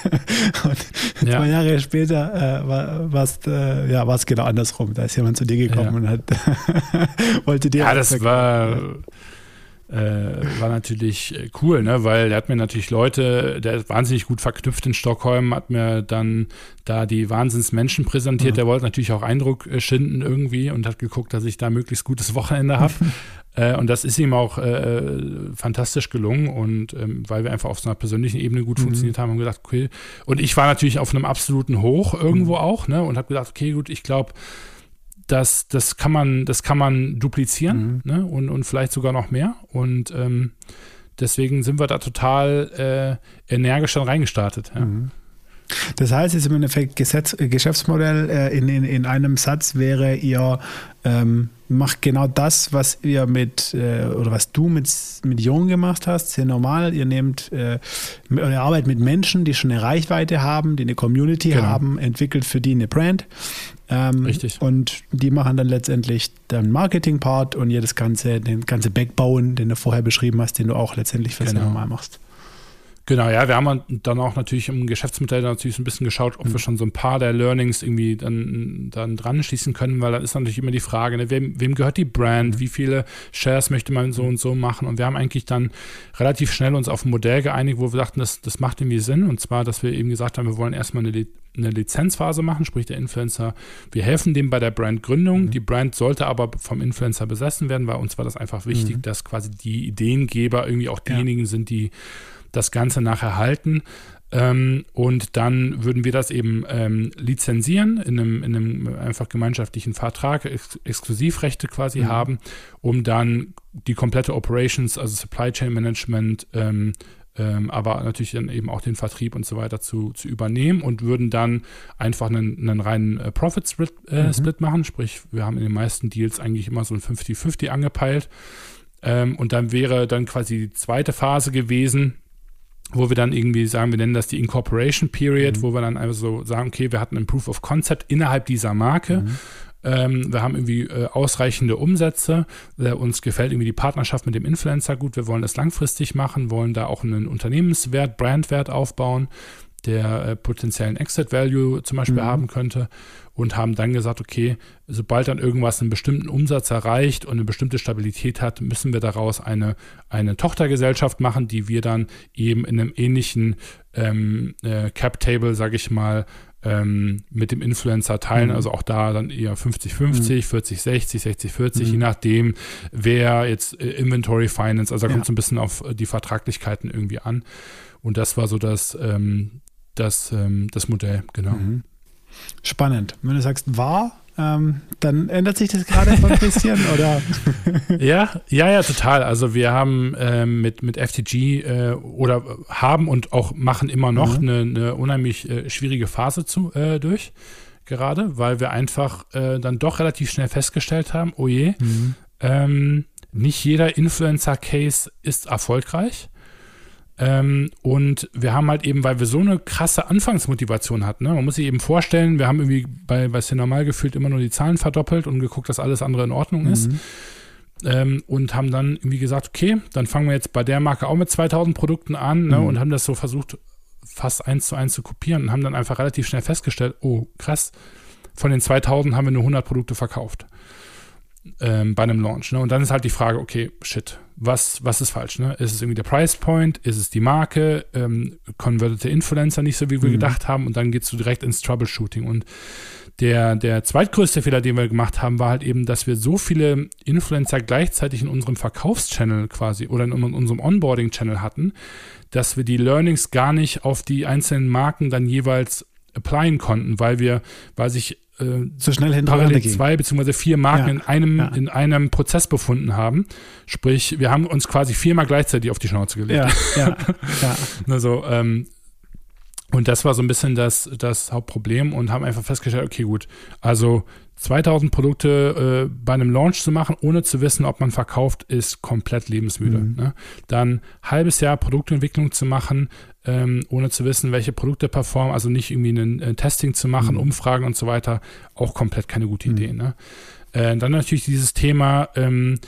Und ja. zwei Jahre später äh, war es äh, ja, genau andersrum. Da ist jemand zu dir gekommen ja. und hat wollte dir. Ja, das war. Äh, war natürlich cool, ne, weil der hat mir natürlich Leute, der ist wahnsinnig gut verknüpft in Stockholm, hat mir dann da die Wahnsinnsmenschen präsentiert, mhm. der wollte natürlich auch Eindruck schinden irgendwie und hat geguckt, dass ich da möglichst gutes Wochenende habe äh, und das ist ihm auch äh, fantastisch gelungen und ähm, weil wir einfach auf so einer persönlichen Ebene gut mhm. funktioniert haben, haben wir gedacht, okay, und ich war natürlich auf einem absoluten Hoch irgendwo mhm. auch, ne, und habe gedacht, okay, gut, ich glaube, Das, das kann man, das kann man duplizieren, mhm. ne? und, und vielleicht sogar noch mehr. Und ähm, deswegen sind wir da total äh, energisch dann reingestartet. Ja. Mhm. Das heißt, jetzt im Endeffekt Gesetz, Geschäftsmodell äh, in, in, in einem Satz wäre, ihr ähm, macht genau das, was ihr mit äh, oder was du mit, mit Jung gemacht hast, sehr normal. Ihr nehmt äh, ihr arbeitet mit Menschen, die schon eine Reichweite haben, die eine Community genau. haben, entwickelt für die eine Brand. Ähm, Richtig. Und die machen dann letztendlich den Marketing-Part und ihr das ganze, den ganze Backbone, den du vorher beschrieben hast, den du auch letztendlich für genau. normal machst. Genau, ja, wir haben dann auch natürlich im Geschäftsmodell natürlich so ein bisschen geschaut, ob mhm. wir schon so ein paar der Learnings irgendwie dann, dann dran schließen können, weil da ist natürlich immer die Frage, ne, wem, wem gehört die Brand, mhm. wie viele Shares möchte man so und so machen, und wir haben eigentlich dann relativ schnell uns auf ein Modell geeinigt, wo wir dachten, das, das macht irgendwie Sinn, und zwar, dass wir eben gesagt haben, wir wollen erstmal eine, eine Lizenzphase machen, sprich der Influencer, wir helfen dem bei der Brandgründung, mhm. die Brand sollte aber vom Influencer besessen werden, weil uns war das einfach wichtig, mhm. dass quasi die Ideengeber irgendwie auch diejenigen ja. sind, die das Ganze nachher halten. Ähm, und dann würden wir das eben ähm, lizenzieren, in einem, in einem einfach gemeinschaftlichen Vertrag, Ex- Exklusivrechte quasi mhm. haben, um dann die komplette Operations, also Supply Chain Management, ähm, ähm, aber natürlich dann eben auch den Vertrieb und so weiter zu, zu übernehmen, und würden dann einfach einen, einen reinen äh, Profit-Split äh, mhm. Split machen. Sprich, wir haben in den meisten Deals eigentlich immer so ein fünfzig fünfzig angepeilt. Ähm, und dann wäre dann quasi die zweite Phase gewesen, wo wir dann irgendwie sagen, wir nennen das die Incorporation Period, mhm. wo wir dann einfach so sagen, okay, wir hatten ein Proof of Concept innerhalb dieser Marke. Mhm. Ähm, wir haben irgendwie äh, ausreichende Umsätze. Äh, uns gefällt irgendwie die Partnerschaft mit dem Influencer gut. Wir wollen das langfristig machen, wollen da auch einen Unternehmenswert, Brandwert aufbauen, der äh, potenziellen Exit-Value zum Beispiel mhm. haben könnte, und haben dann gesagt, okay, sobald dann irgendwas einen bestimmten Umsatz erreicht und eine bestimmte Stabilität hat, müssen wir daraus eine, eine Tochtergesellschaft machen, die wir dann eben in einem ähnlichen ähm, äh, Cap-Table, sage ich mal, ähm, mit dem Influencer teilen, mhm. also auch da dann eher fünfzig fünfzig, mhm. vierzig sechzig, sechzig vierzig, mhm. je nachdem, wer jetzt äh, Inventory Finance, also da ja. kommt so ein bisschen auf die Vertraglichkeiten irgendwie an. Und das war so das, ähm, das, ähm, das Modell, genau. Mhm. Spannend. Wenn du sagst war, ähm, dann ändert sich das gerade von Christian, oder? Ja, ja, ja, total. Also wir haben ähm, mit, mit F T G äh, oder haben und auch machen immer noch mhm. eine, eine unheimlich äh, schwierige Phase zu, äh, durch, gerade, weil wir einfach äh, dann doch relativ schnell festgestellt haben, oh je, mhm. ähm, nicht jeder Influencer-Case ist erfolgreich. Ähm, und wir haben halt eben, weil wir so eine krasse Anfangsmotivation hatten, ne? Man muss sich eben vorstellen, wir haben irgendwie bei, bei Cinemal gefühlt immer nur die Zahlen verdoppelt und geguckt, dass alles andere in Ordnung ist. Mhm. Ähm, und haben dann irgendwie gesagt, okay, dann fangen wir jetzt bei der Marke auch mit zweitausend Produkten an, ne? Mhm. Und haben das so versucht, fast eins zu eins zu kopieren, und haben dann einfach relativ schnell festgestellt, oh krass, von den zweitausend haben wir nur hundert Produkte verkauft. Ähm, bei einem Launch. Ne? Und dann ist halt die Frage, okay, shit, was, was ist falsch? Ne? Ist es irgendwie der Price Point? Ist es die Marke? Ähm, converted der Influencer nicht so, wie wir mhm. gedacht haben? Und dann gehst du direkt ins Troubleshooting. Und der, der zweitgrößte Fehler, den wir gemacht haben, war halt eben, dass wir so viele Influencer gleichzeitig in unserem Verkaufschannel quasi oder in unserem Onboarding-Channel hatten, dass wir die Learnings gar nicht auf die einzelnen Marken dann jeweils applyen konnten, weil wir, weil sich so schnell hintereinander gehen. zwei beziehungsweise vier Marken ja, in einem ja. in einem Prozess befunden haben. Sprich, wir haben uns quasi viermal gleichzeitig auf die Schnauze gelegt. Ja, ja, ja. Also, ähm, und das war so ein bisschen das, das Hauptproblem, und haben einfach festgestellt, okay, gut, also zweitausend Produkte äh, bei einem Launch zu machen, ohne zu wissen, ob man verkauft, ist komplett lebensmüde. Mhm. Ne? Dann halbes Jahr Produktentwicklung zu machen, ähm, ohne zu wissen, welche Produkte performen, also nicht irgendwie ein äh, Testing zu machen, mhm. Umfragen und so weiter, auch komplett keine gute Idee. Mhm. Ne? Äh, dann natürlich dieses Thema, ähm,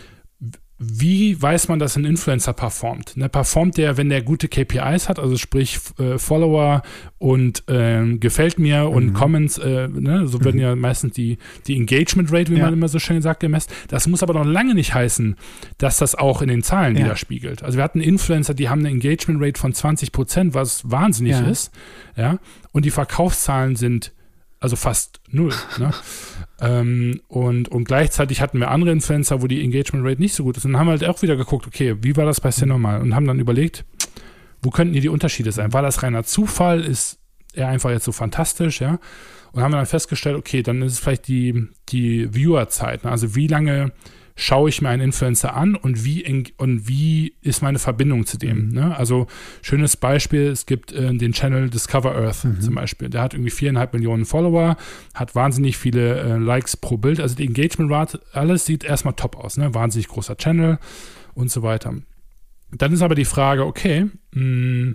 wie weiß man, dass ein Influencer performt? Ne, performt der, wenn der gute K P Is hat, also sprich äh, Follower und äh, gefällt mir und mhm. Comments, äh, ne, so werden mhm. ja meistens die, die Engagement Rate, wie ja. man immer so schön sagt, gemessen. Das muss aber noch lange nicht heißen, dass das auch in den Zahlen ja. widerspiegelt. Also wir hatten Influencer, die haben eine Engagement Rate von zwanzig Prozent, was wahnsinnig ja. ist, ja, und die Verkaufszahlen sind also fast null. Ne? ähm, und, und gleichzeitig hatten wir andere Influencer, wo die Engagement Rate nicht so gut ist. Und dann haben wir halt auch wieder geguckt, okay, wie war das bei Cinemal? Und haben dann überlegt, wo könnten hier die Unterschiede sein? War das reiner Zufall? Ist er einfach jetzt so fantastisch? Ja? Und haben dann festgestellt, okay, dann ist es vielleicht die, die Viewerzeit. Ne? Also wie lange schaue ich mir einen Influencer an und wie, und wie ist meine Verbindung zu dem. Mhm. Ne? Also schönes Beispiel, es gibt äh, den Channel Discover Earth mhm. zum Beispiel. Der hat irgendwie viereinhalb Millionen Follower, hat wahnsinnig viele äh, Likes pro Bild. Also die Engagement Rate, alles sieht erstmal top aus. Ne? Wahnsinnig großer Channel und so weiter. Dann ist aber die Frage, okay, mh,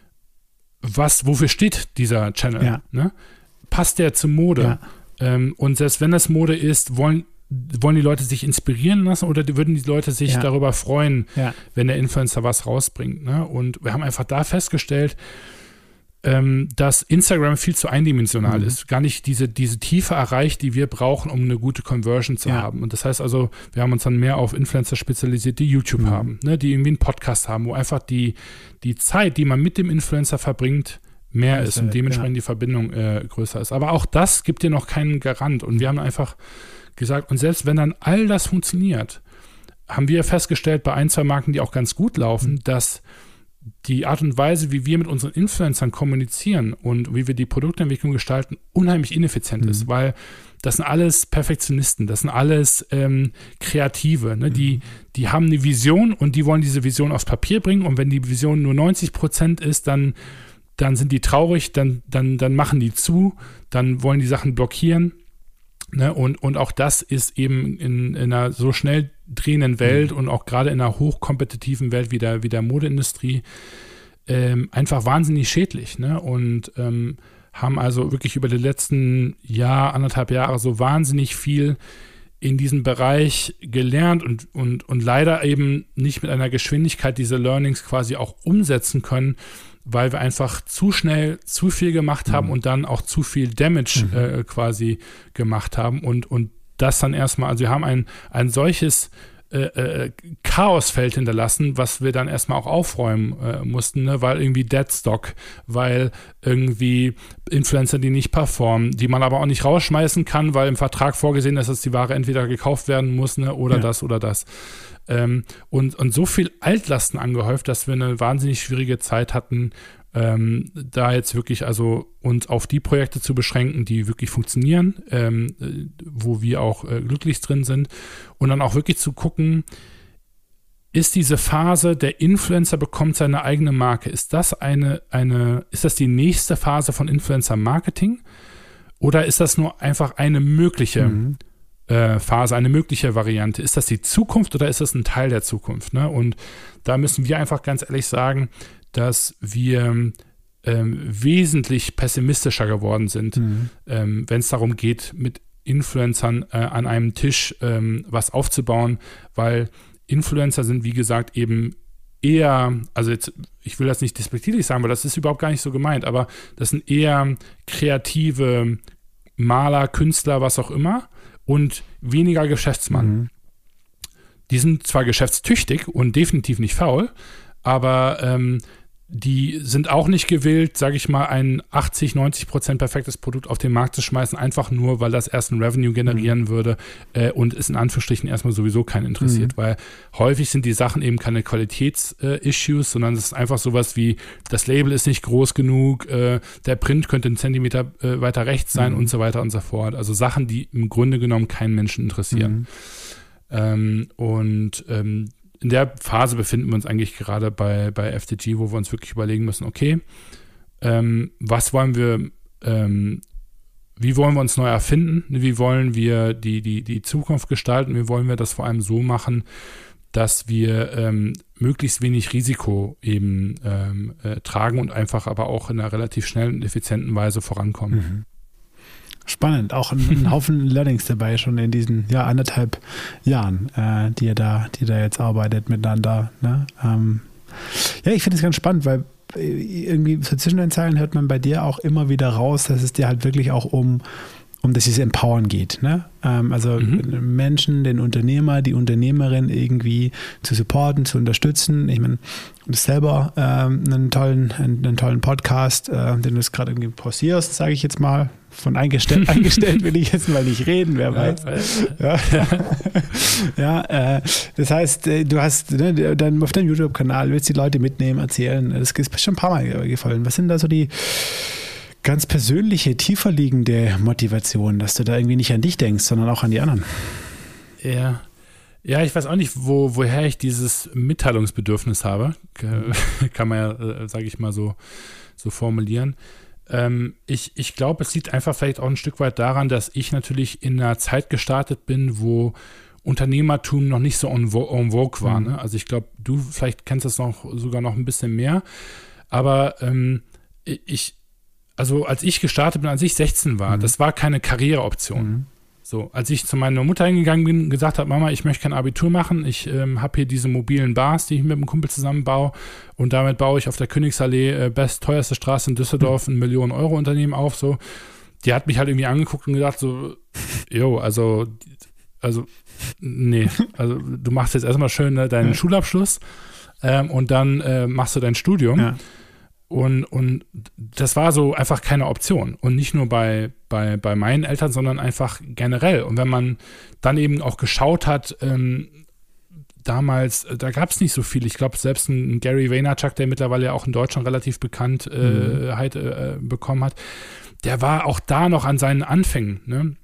was, wofür steht dieser Channel? Ja. Ne? Passt der zur Mode? Ja. Ähm, und selbst wenn das Mode ist, wollen wollen die Leute sich inspirieren lassen oder würden die Leute sich ja. darüber freuen, ja. wenn der Influencer was rausbringt? Ne? Und wir haben einfach da festgestellt, ähm, dass Instagram viel zu eindimensional mhm. ist, gar nicht diese, diese Tiefe erreicht, die wir brauchen, um eine gute Conversion zu ja. haben. Und das heißt also, wir haben uns dann mehr auf Influencer spezialisiert, die YouTube mhm. haben, ne? Die irgendwie einen Podcast haben, wo einfach die, die Zeit, die man mit dem Influencer verbringt, mehr ist und dementsprechend ja. die Verbindung äh, größer ist. Aber auch das gibt dir noch keinen Garant. Und wir haben einfach gesagt, und selbst wenn dann all das funktioniert, haben wir festgestellt bei ein, zwei Marken, die auch ganz gut laufen, mhm. dass die Art und Weise, wie wir mit unseren Influencern kommunizieren und wie wir die Produktentwicklung gestalten, unheimlich ineffizient mhm. ist, weil das sind alles Perfektionisten, das sind alles ähm, Kreative, ne? mhm. die, die haben eine Vision und die wollen diese Vision aufs Papier bringen und wenn die Vision nur neunzig Prozent ist, dann, dann sind die traurig, dann, dann, dann machen die zu, dann wollen die Sachen blockieren. Ne, und, und auch das ist eben in, in einer so schnell drehenden Welt mhm. und auch gerade in einer hochkompetitiven Welt wie der, wie der Modeindustrie ähm, einfach wahnsinnig schädlich. Ne? Und ähm, haben also wirklich über die letzten Jahr, anderthalb Jahre so wahnsinnig viel in diesem Bereich gelernt und, und, und leider eben nicht mit einer Geschwindigkeit diese Learnings quasi auch umsetzen können, weil wir einfach zu schnell zu viel gemacht haben mhm. und dann auch zu viel Damage mhm. äh, quasi gemacht haben und, und das dann erstmal, also wir haben ein, ein solches äh, äh, Chaosfeld hinterlassen, was wir dann erstmal auch aufräumen äh, mussten, ne? Weil irgendwie Deadstock, weil irgendwie Influencer, die nicht performen, die man aber auch nicht rausschmeißen kann, weil im Vertrag vorgesehen ist, dass die Ware entweder gekauft werden muss, ne? oder ja. das oder das. Ähm, und, und so viel Altlasten angehäuft, dass wir eine wahnsinnig schwierige Zeit hatten, ähm, da jetzt wirklich also uns auf die Projekte zu beschränken, die wirklich funktionieren, ähm, wo wir auch äh, glücklich drin sind und dann auch wirklich zu gucken, ist diese Phase, der Influencer bekommt seine eigene Marke, ist das eine, eine, ist das die nächste Phase von Influencer-Marketing oder ist das nur einfach eine mögliche mhm. Phase, eine mögliche Variante. Ist das die Zukunft oder ist das ein Teil der Zukunft? Ne? Und da müssen wir einfach ganz ehrlich sagen, dass wir ähm, wesentlich pessimistischer geworden sind, mhm. ähm, wenn es darum geht, mit Influencern äh, an einem Tisch ähm, was aufzubauen, weil Influencer sind, wie gesagt, eben eher, also jetzt, ich will das nicht despektierlich sagen, weil das ist überhaupt gar nicht so gemeint, aber das sind eher kreative Maler, Künstler, was auch immer, und weniger Geschäftsmann. Mhm. Die sind zwar geschäftstüchtig und definitiv nicht faul, aber ähm, die sind auch nicht gewillt, sage ich mal, ein achtzig, neunzig Prozent perfektes Produkt auf den Markt zu schmeißen, einfach nur, weil das erst ein Revenue generieren mhm. würde äh, und ist in Anführungsstrichen erstmal sowieso keinen interessiert, mhm. weil häufig sind die Sachen eben keine Qualitäts-Issues, äh, sondern es ist einfach sowas wie, das Label ist nicht groß genug, äh, der Print könnte einen Zentimeter äh, weiter rechts sein mhm. und so weiter und so fort. Also Sachen, die im Grunde genommen keinen Menschen interessieren. Mhm. Ähm, und ähm, in der Phase befinden wir uns eigentlich gerade bei, bei F D G, wo wir uns wirklich überlegen müssen, okay, ähm, was wollen wir, ähm, wie wollen wir uns neu erfinden, wie wollen wir die, die, die Zukunft gestalten, wie wollen wir das vor allem so machen, dass wir ähm, möglichst wenig Risiko eben ähm, äh, tragen und einfach aber auch in einer relativ schnellen und effizienten Weise vorankommen. Mhm. Spannend, auch ein, ein Haufen Learnings dabei schon in diesen ja, anderthalb Jahren, äh, die ihr da, die ihr da jetzt arbeitet miteinander. Ne? Ähm, ja, ich finde es ganz spannend, weil irgendwie so zwischen den Zeilen hört man bei dir auch immer wieder raus, dass es dir halt wirklich auch um, um dieses Empowern geht. Ne? Ähm, also mhm. Menschen, den Unternehmer, die Unternehmerin irgendwie zu supporten, zu unterstützen. Ich meine, du hast selber ähm, einen tollen, einen, einen tollen Podcast, äh, den du jetzt gerade irgendwie postierst, sage ich jetzt mal. Von eingestellt, eingestellt will ich jetzt mal nicht reden, wer weiß. Ja, ja. ja äh, das heißt, du hast ne, dann auf deinem YouTube-Kanal, willst die Leute mitnehmen, erzählen. Das ist schon ein paar Mal gefallen. Was sind da so die ganz persönliche, tiefer liegende Motivation, dass du da irgendwie nicht an dich denkst, sondern auch an die anderen? Ja. Ja, ich weiß auch nicht, wo, woher ich dieses Mitteilungsbedürfnis habe. Kann man ja, sage ich mal, so, so formulieren. Ähm, ich ich glaube, es liegt einfach vielleicht auch ein Stück weit daran, dass ich natürlich in einer Zeit gestartet bin, wo Unternehmertum noch nicht so en vogue war. Mhm. Ne? Also ich glaube, du vielleicht kennst das noch sogar noch ein bisschen mehr. Aber ähm, ich, also als ich gestartet bin, als ich sechzehn war, mhm. das war keine Karriereoption. Mhm. So, als ich zu meiner Mutter hingegangen bin und gesagt habe, Mama, ich möchte kein Abitur machen, ich ähm, habe hier diese mobilen Bars, die ich mit einem Kumpel zusammen baue und damit baue ich auf der Königsallee, äh, best teuerste Straße in Düsseldorf, ein Millionen-Euro-Unternehmen auf, so. Die hat mich halt irgendwie angeguckt und gedacht so, jo, also, also, nee, also du machst jetzt erstmal schön ne, deinen ja. Schulabschluss ähm, und dann äh, machst du dein Studium. Ja. Und, und das war so einfach keine Option. Und nicht nur bei, bei, bei meinen Eltern, sondern einfach generell. Und wenn man dann eben auch geschaut hat, ähm, damals, da gab es nicht so viel. Ich glaube, selbst ein Gary Vaynerchuk, der mittlerweile auch in Deutschland relativ Bekanntheit äh, mhm. äh, bekommen hat, der war auch da noch an seinen Anfängen. Ne?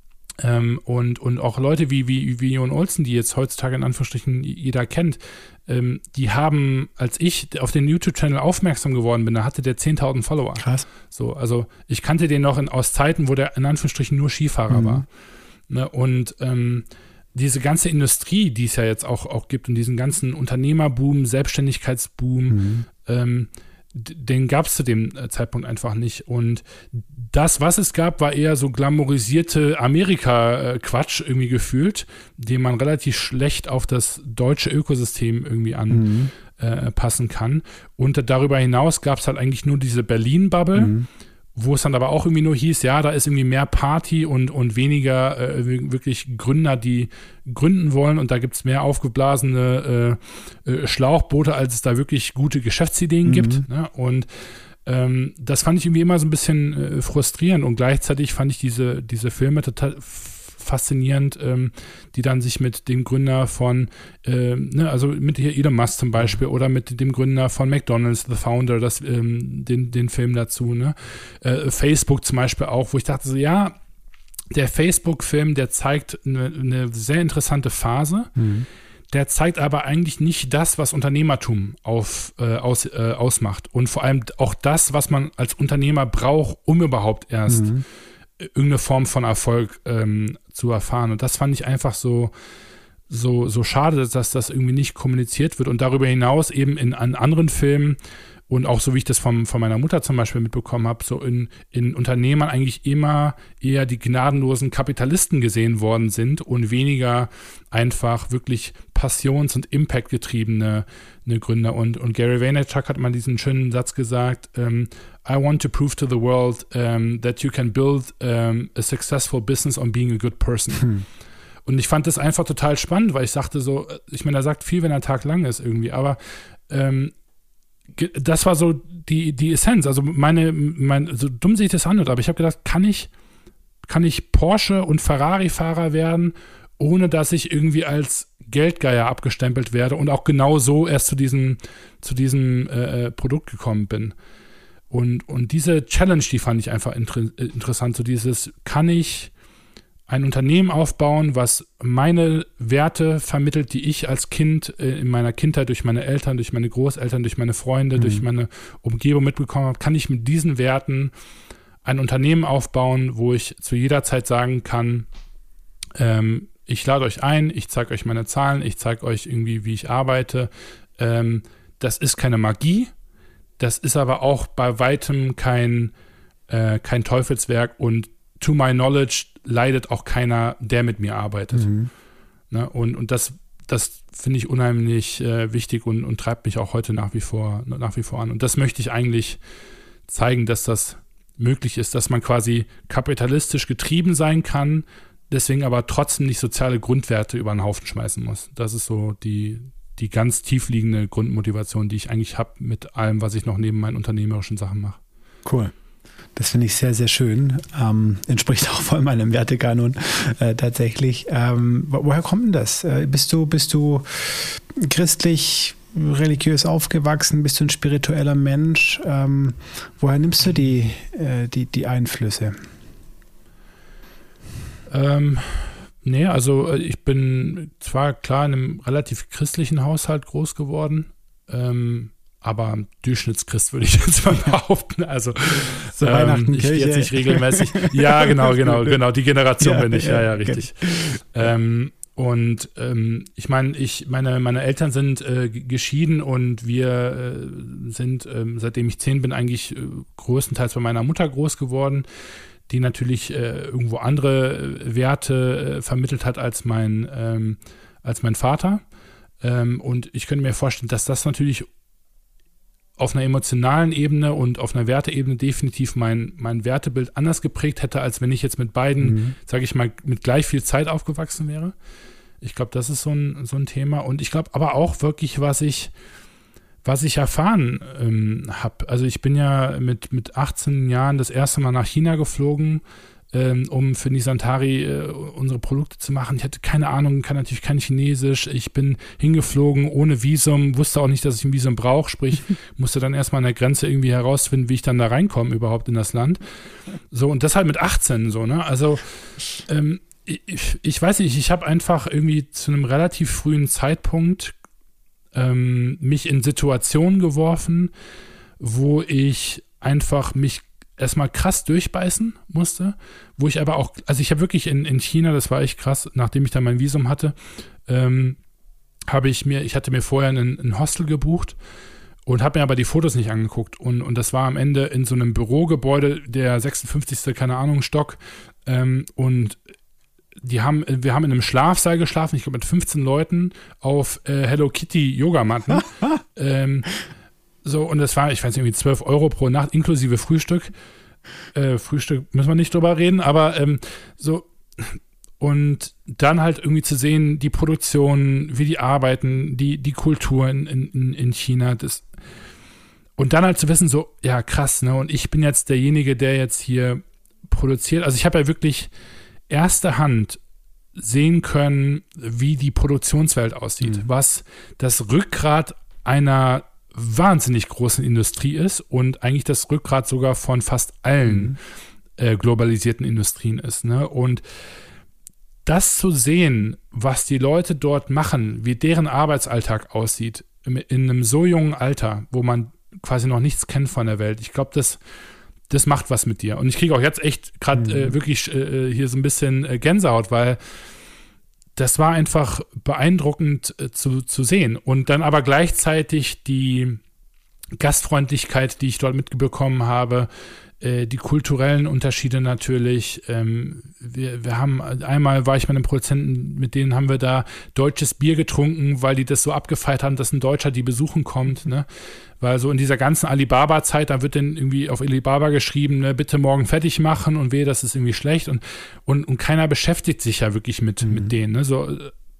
Ähm, und, und auch Leute wie, wie, wie Jon Olsen, die jetzt heutzutage in Anführungsstrichen jeder kennt, ähm, die haben, als ich auf den YouTube-Channel aufmerksam geworden bin, da hatte der zehntausend Follower. Krass. So, also ich kannte den noch in, aus Zeiten, wo der in Anführungsstrichen nur Skifahrer mhm. war. Ne? Und ähm, diese ganze Industrie, die es ja jetzt auch, auch gibt und diesen ganzen Unternehmerboom, Selbstständigkeitsboom, mhm. ähm, den gab es zu dem Zeitpunkt einfach nicht. Und das, was es gab, war eher so glamourisierte Amerika-Quatsch irgendwie gefühlt, den man relativ schlecht auf das deutsche Ökosystem irgendwie anpassen mhm. äh, kann. Und darüber hinaus gab es halt eigentlich nur diese Berlin-Bubble, mhm. wo es dann aber auch irgendwie nur hieß, ja, da ist irgendwie mehr Party und, und weniger äh, wirklich Gründer, die gründen wollen und da gibt es mehr aufgeblasene äh, äh, Schlauchboote, als es da wirklich gute Geschäftsideen mhm. gibt. Ne? Und ähm, das fand ich irgendwie immer so ein bisschen äh, frustrierend und gleichzeitig fand ich diese, diese Filme total faszinierend, ähm, die dann sich mit dem Gründer von, äh, ne, also mit hier Elon Musk zum Beispiel oder mit dem Gründer von McDonald's, The Founder, das, ähm, den, den Film dazu, ne? Äh, Facebook zum Beispiel auch, wo ich dachte so, ja, der Facebook-Film, der zeigt eine, eine sehr interessante Phase, mhm. der zeigt aber eigentlich nicht das, was Unternehmertum auf, äh, aus, äh, ausmacht und vor allem auch das, was man als Unternehmer braucht, um überhaupt erst mhm. irgendeine Form von Erfolg ähm, zu erfahren. Und das fand ich einfach so, so, so schade, dass das irgendwie nicht kommuniziert wird. Und darüber hinaus eben in an anderen Filmen und auch so wie ich das vom, von meiner Mutter zum Beispiel mitbekommen habe, so in, in Unternehmern eigentlich immer eher die gnadenlosen Kapitalisten gesehen worden sind und weniger einfach wirklich passions- und Impact-getriebene eine Gründer. Und, und Gary Vaynerchuk hat mal diesen schönen Satz gesagt, ähm, I want to prove to the world um, that you can build um, a successful business on being a good person. Hm. Und ich fand das einfach total spannend, weil ich sagte so, ich meine, er sagt viel, wenn der Tag lang ist irgendwie, aber ähm, das war so die, die Essenz. Also meine, mein, so dumm sich das anhört, aber ich habe gedacht, kann ich, kann ich Porsche und Ferrari-Fahrer werden, ohne dass ich irgendwie als Geldgeier abgestempelt werde und auch genau so erst zu diesem, zu diesem äh, Produkt gekommen bin. Und, und diese Challenge, die fand ich einfach inter- interessant. So dieses, kann ich ein Unternehmen aufbauen, was meine Werte vermittelt, die ich als Kind äh, in meiner Kindheit durch meine Eltern, durch meine Großeltern, durch meine Freunde, mhm. durch meine Umgebung mitbekommen habe, kann ich mit diesen Werten ein Unternehmen aufbauen, wo ich zu jeder Zeit sagen kann, ähm, ich lade euch ein, ich zeige euch meine Zahlen, ich zeige euch irgendwie, wie ich arbeite. Ähm, das ist keine Magie, das ist aber auch bei weitem kein, äh, kein Teufelswerk und to my knowledge leidet auch keiner, der mit mir arbeitet. Mhm. Ne? Und, und das, das finde ich unheimlich äh, wichtig und, und treibt mich auch heute nach wie vor, nach wie vor an. Und das möchte ich eigentlich zeigen, dass das möglich ist, dass man quasi kapitalistisch getrieben sein kann, deswegen aber trotzdem nicht soziale Grundwerte über den Haufen schmeißen muss. Das ist so die, die ganz tiefliegende Grundmotivation, die ich eigentlich habe mit allem, was ich noch neben meinen unternehmerischen Sachen mache. Cool. Das finde ich sehr, sehr schön. Ähm, entspricht auch voll meinem Wertekanon äh, tatsächlich. Ähm, woher kommt denn das? Äh, bist du, bist du christlich, religiös aufgewachsen? Bist du ein spiritueller Mensch? Ähm, woher nimmst du die, äh, die, die Einflüsse? Ähm, nee, also ich bin zwar klar in einem relativ christlichen Haushalt groß geworden, ähm, aber Durchschnittschrist würde ich jetzt mal behaupten. Also so ähm, Weihnachten, ich gehe jetzt nicht regelmäßig. Ja, genau, genau, genau. Die Generation ja, bin ich. Ja, ja, ja richtig. Ähm, und ähm, ich meine, ich meine, meine Eltern sind äh, geschieden und wir äh, sind, äh, seitdem ich zehn bin, eigentlich äh, größtenteils bei meiner Mutter groß geworden. die natürlich äh, irgendwo andere Werte äh, vermittelt hat als mein, ähm, als mein Vater. Ähm, und ich könnte mir vorstellen, dass das natürlich auf einer emotionalen Ebene und auf einer Werteebene definitiv mein, mein Wertebild anders geprägt hätte, als wenn ich jetzt mit beiden, mhm. sage ich mal, mit gleich viel Zeit aufgewachsen wäre. Ich glaube, das ist so ein, so ein Thema. Und ich glaube aber auch wirklich, was ich, was ich erfahren ähm, habe. Also ich bin ja mit, mit achtzehn Jahren das erste Mal nach China geflogen, ähm, um für Nisantari äh, unsere Produkte zu machen. Ich hatte keine Ahnung, kann natürlich kein Chinesisch. Ich bin hingeflogen ohne Visum, wusste auch nicht, dass ich ein Visum brauche. Sprich, musste dann erstmal an der Grenze irgendwie herausfinden, wie ich dann da reinkomme überhaupt in das Land. So, und das halt mit achtzehn so, ne? Also ähm, ich, ich weiß nicht, ich habe einfach irgendwie zu einem relativ frühen Zeitpunkt ähm, mich in Situationen geworfen, wo ich einfach mich erstmal krass durchbeißen musste, wo ich aber auch, also ich habe wirklich in, in China, das war echt krass, nachdem ich dann mein Visum hatte, ähm, habe ich mir, ich hatte mir vorher ein, ein Hostel gebucht und habe mir aber die Fotos nicht angeguckt und, und das war am Ende in so einem Bürogebäude, der sechsundfünfzigste keine Ahnung, Stock ähm, und die haben, wir haben in einem Schlafsaal geschlafen, ich glaube mit fünfzehn Leuten auf äh, Hello Kitty Yogamatten. ähm, so, und das war, ich weiß nicht, irgendwie zwölf Euro pro Nacht, inklusive Frühstück. Äh, Frühstück müssen wir nicht drüber reden, aber ähm, so, und dann halt irgendwie zu sehen, die Produktion, wie die arbeiten, die, die Kultur in, in, in China, das, und dann halt zu wissen, so, ja, krass, ne, und ich bin jetzt derjenige, der jetzt hier produziert, also ich habe ja wirklich erster Hand sehen können, wie die Produktionswelt aussieht, mhm. was das Rückgrat einer wahnsinnig großen Industrie ist und eigentlich das Rückgrat sogar von fast allen mhm. äh, globalisierten Industrien ist. Ne? Und das zu sehen, was die Leute dort machen, wie deren Arbeitsalltag aussieht, in, in einem so jungen Alter, wo man quasi noch nichts kennt von der Welt, ich glaube, das Das macht was mit dir. Und ich kriege auch jetzt echt gerade mhm. äh, wirklich äh, hier so ein bisschen äh, Gänsehaut, weil das war einfach beeindruckend äh, zu, zu sehen. Und dann aber gleichzeitig die Gastfreundlichkeit, die ich dort mitbekommen habe, äh, die kulturellen Unterschiede natürlich. Ähm, wir, wir haben, einmal war ich mit einem Produzenten, mit denen haben wir da deutsches Bier getrunken, weil die das so abgefeiert haben, dass ein Deutscher die besuchen kommt, ne? Weil so in dieser ganzen Alibaba-Zeit, da wird dann irgendwie auf Alibaba geschrieben, ne, bitte morgen fertig machen und wehe, das ist irgendwie schlecht und, und, und keiner beschäftigt sich ja wirklich mit, mhm. mit denen. Ne? So,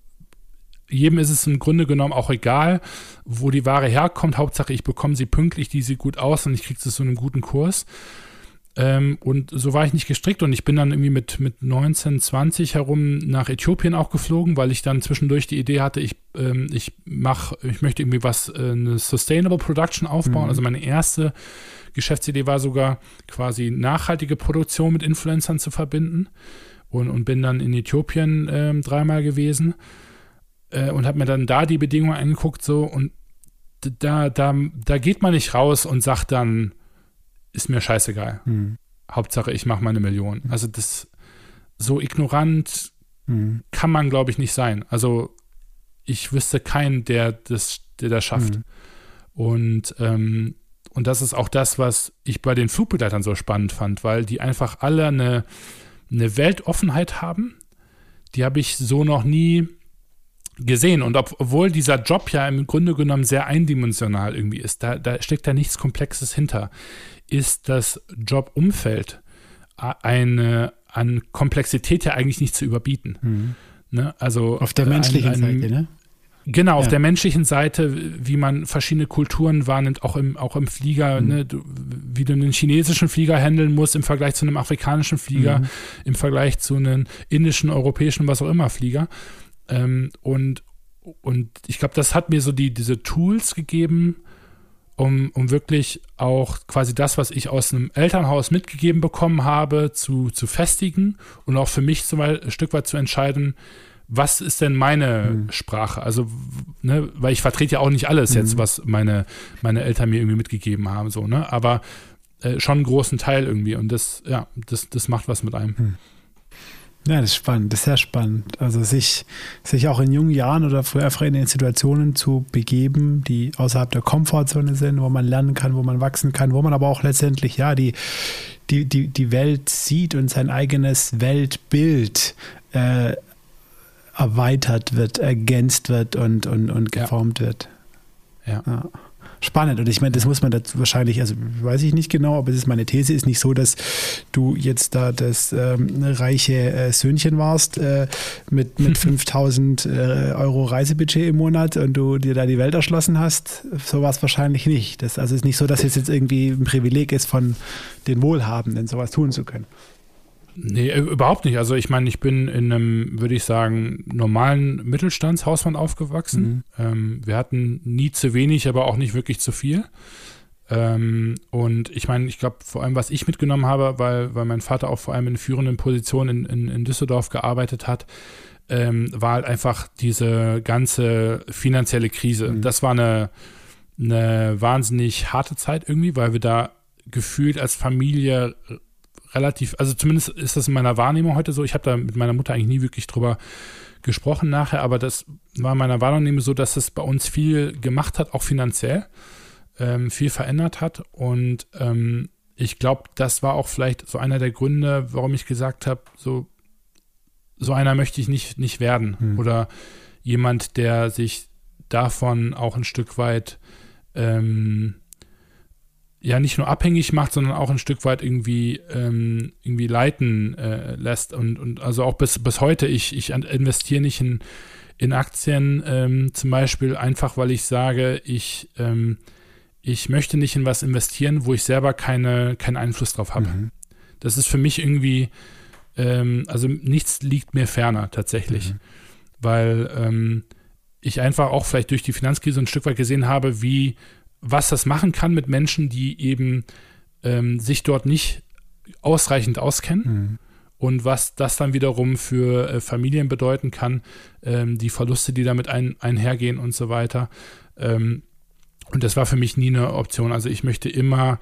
jedem ist es im Grunde genommen auch egal, wo die Ware herkommt. Hauptsache, ich bekomme sie pünktlich, die sieht gut aus und ich kriege sie zu einem guten Kurs. Ähm, und so war ich nicht gestrickt und ich bin dann irgendwie mit, mit neunzehn, zwanzig herum nach Äthiopien auch geflogen, weil ich dann zwischendurch die Idee hatte, ich, ähm, ich mach, ich möchte irgendwie was, äh, eine Sustainable Production aufbauen. Mhm. Also meine erste Geschäftsidee war sogar quasi nachhaltige Produktion mit Influencern zu verbinden und, und bin dann in Äthiopien ähm, dreimal gewesen äh, und habe mir dann da die Bedingungen angeguckt so und da, da, da geht man nicht raus und sagt dann, ist mir scheißegal. Hm. Hauptsache, ich mache meine Million. Also das so ignorant hm. kann man, glaube ich, nicht sein. Also ich wüsste keinen, der das, der das schafft. Hm. Und, ähm, und das ist auch das, was ich bei den Flugbegleitern so spannend fand, weil die einfach alle eine, eine Weltoffenheit haben. Die habe ich so noch nie gesehen. Und ob, obwohl dieser Job ja im Grunde genommen sehr eindimensional irgendwie ist, da, da steckt da nichts Komplexes hinter, ist das Jobumfeld eine an Komplexität ja eigentlich nicht zu überbieten. Mhm. Ne? Also auf der menschlichen ein, ein, Seite, ne? Genau, auf ja. der menschlichen Seite, wie man verschiedene Kulturen wahrnimmt, auch im, auch im Flieger, mhm. ne? du, wie du einen chinesischen Flieger handeln musst im Vergleich zu einem afrikanischen Flieger, mhm. im Vergleich zu einem indischen, europäischen, was auch immer Flieger. Ähm, und, und ich glaube, das hat mir so die, diese Tools gegeben, um, um wirklich auch quasi das, was ich aus einem Elternhaus mitgegeben bekommen habe, zu, zu festigen und auch für mich zum Beispiel ein Stück weit zu entscheiden, was ist denn meine mhm. Sprache? Also, ne, weil ich vertrete ja auch nicht alles mhm. jetzt, was meine, meine Eltern mir irgendwie mitgegeben haben, so, ne, aber äh, schon einen großen Teil irgendwie und das, ja, das, das macht was mit einem. Mhm. Ja, das ist spannend, das ist sehr spannend. Also sich, sich auch in jungen Jahren oder früher einfach in den Situationen zu begeben, die außerhalb der Komfortzone sind, wo man lernen kann, wo man wachsen kann, wo man aber auch letztendlich ja die, die, die, die Welt sieht und sein eigenes Weltbild äh, erweitert wird, ergänzt wird und, und, und geformt ja. wird. Ja. ja. Spannend. Und ich meine, das muss man dazu wahrscheinlich, also weiß ich nicht genau, aber es ist meine These, ist nicht so, dass du jetzt da das ähm, reiche äh, Söhnchen warst äh, mit, mit fünftausend äh, Euro Reisebudget im Monat und du dir da die Welt erschlossen hast. So war es wahrscheinlich nicht. Das also ist nicht so, dass es jetzt irgendwie ein Privileg ist von den Wohlhabenden, sowas tun zu können. Nee, überhaupt nicht. Also ich meine, ich bin in einem, würde ich sagen, normalen Mittelstandshaushalt aufgewachsen. Mhm. Ähm, wir hatten nie zu wenig, aber auch nicht wirklich zu viel. Ähm, und ich meine, ich glaube, vor allem, was ich mitgenommen habe, weil, weil mein Vater auch vor allem in führenden Positionen in, in, in Düsseldorf gearbeitet hat, ähm, war halt einfach diese ganze finanzielle Krise. Mhm. Das war eine, eine wahnsinnig harte Zeit irgendwie, weil wir da gefühlt als Familie relativ, also zumindest ist das in meiner Wahrnehmung heute so, ich habe da mit meiner Mutter eigentlich nie wirklich drüber gesprochen nachher, aber das war in meiner Wahrnehmung so, dass es bei uns viel gemacht hat, auch finanziell, ähm, viel verändert hat und ähm, ich glaube, das war auch vielleicht so einer der Gründe, warum ich gesagt habe, so, so einer möchte ich nicht, nicht werden hm. oder jemand, der sich davon auch ein Stück weit ähm, ja nicht nur abhängig macht, sondern auch ein Stück weit irgendwie, ähm, irgendwie leiten äh, lässt. Und, und also auch bis, bis heute, ich, ich investiere nicht in, in Aktien ähm, zum Beispiel, einfach weil ich sage, ich, ähm, ich möchte nicht in was investieren, wo ich selber keine, keinen Einfluss drauf habe. Mhm. Das ist für mich irgendwie, ähm, also nichts liegt mir ferner tatsächlich, mhm. weil ähm, ich einfach auch vielleicht durch die Finanzkrise ein Stück weit gesehen habe, wie was das machen kann mit Menschen, die eben ähm, sich dort nicht ausreichend auskennen mhm. und was das dann wiederum für äh, Familien bedeuten kann, ähm, die Verluste, die damit ein, einhergehen und so weiter. Ähm, und das war für mich nie eine Option. Also ich möchte immer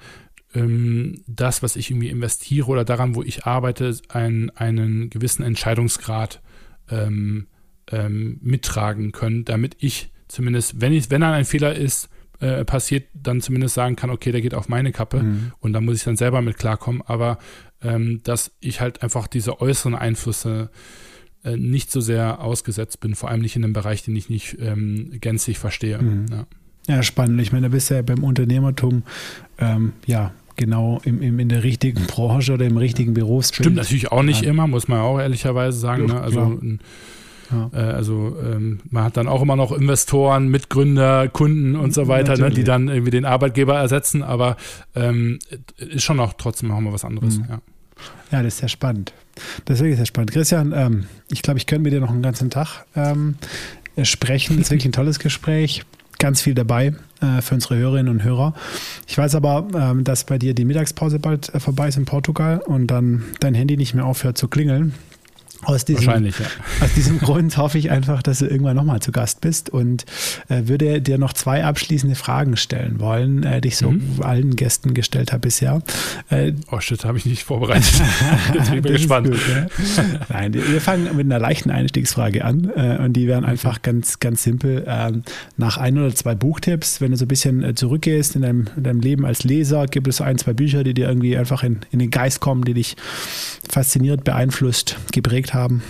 ähm, das, was ich irgendwie investiere oder daran, wo ich arbeite, ein, einen gewissen Entscheidungsgrad ähm, ähm, mittragen können, damit ich zumindest, wenn ich, wenn dann ein Fehler ist, Äh, passiert, dann zumindest sagen kann, okay, der geht auf meine Kappe mhm. und da muss ich dann selber mit klarkommen, aber ähm, dass ich halt einfach diese äußeren Einflüsse äh, nicht so sehr ausgesetzt bin, vor allem nicht in einem Bereich, den ich nicht ähm, gänzlich verstehe. Mhm. Ja. ja, spannend. Ich meine, da bist du ja beim Unternehmertum ähm, ja genau im, im, in der richtigen Branche oder im richtigen Berufsfeld. Stimmt natürlich auch nicht ja. immer, muss man auch ehrlicherweise sagen. Ja, ne? Also ein Ja. Also ähm, man hat dann auch immer noch Investoren, Mitgründer, Kunden und so weiter, ne, die dann irgendwie den Arbeitgeber ersetzen, aber ähm, ist schon noch trotzdem noch mal was anderes. Mhm. Ja. ja, das ist sehr spannend. Das ist wirklich sehr spannend. Christian, ähm, ich glaube, ich könnte mit dir noch einen ganzen Tag ähm, sprechen. Das ist wirklich ein tolles Gespräch. Ganz viel dabei äh, für unsere Hörerinnen und Hörer. Ich weiß aber, ähm, dass bei dir die Mittagspause bald äh, vorbei ist in Portugal und dann dein Handy nicht mehr aufhört zu klingeln. Aus diesem, Wahrscheinlich, ja. Aus diesem Grund hoffe ich einfach, dass du irgendwann nochmal zu Gast bist und äh, würde dir noch zwei abschließende Fragen stellen wollen, äh, die ich so mhm. allen Gästen gestellt habe bisher. Äh, oh shit, habe ich nicht vorbereitet. Jetzt bin ich gespannt. Gut, ja. Nein, wir fangen mit einer leichten Einstiegsfrage an äh, und die wären einfach okay. ganz, ganz simpel. Ähm, nach ein oder zwei Buchtipps, wenn du so ein bisschen äh, zurückgehst in deinem, in deinem Leben als Leser, gibt es so ein, zwei Bücher, die dir irgendwie einfach in, in den Geist kommen, die dich fasziniert, beeinflusst, geprägt haben?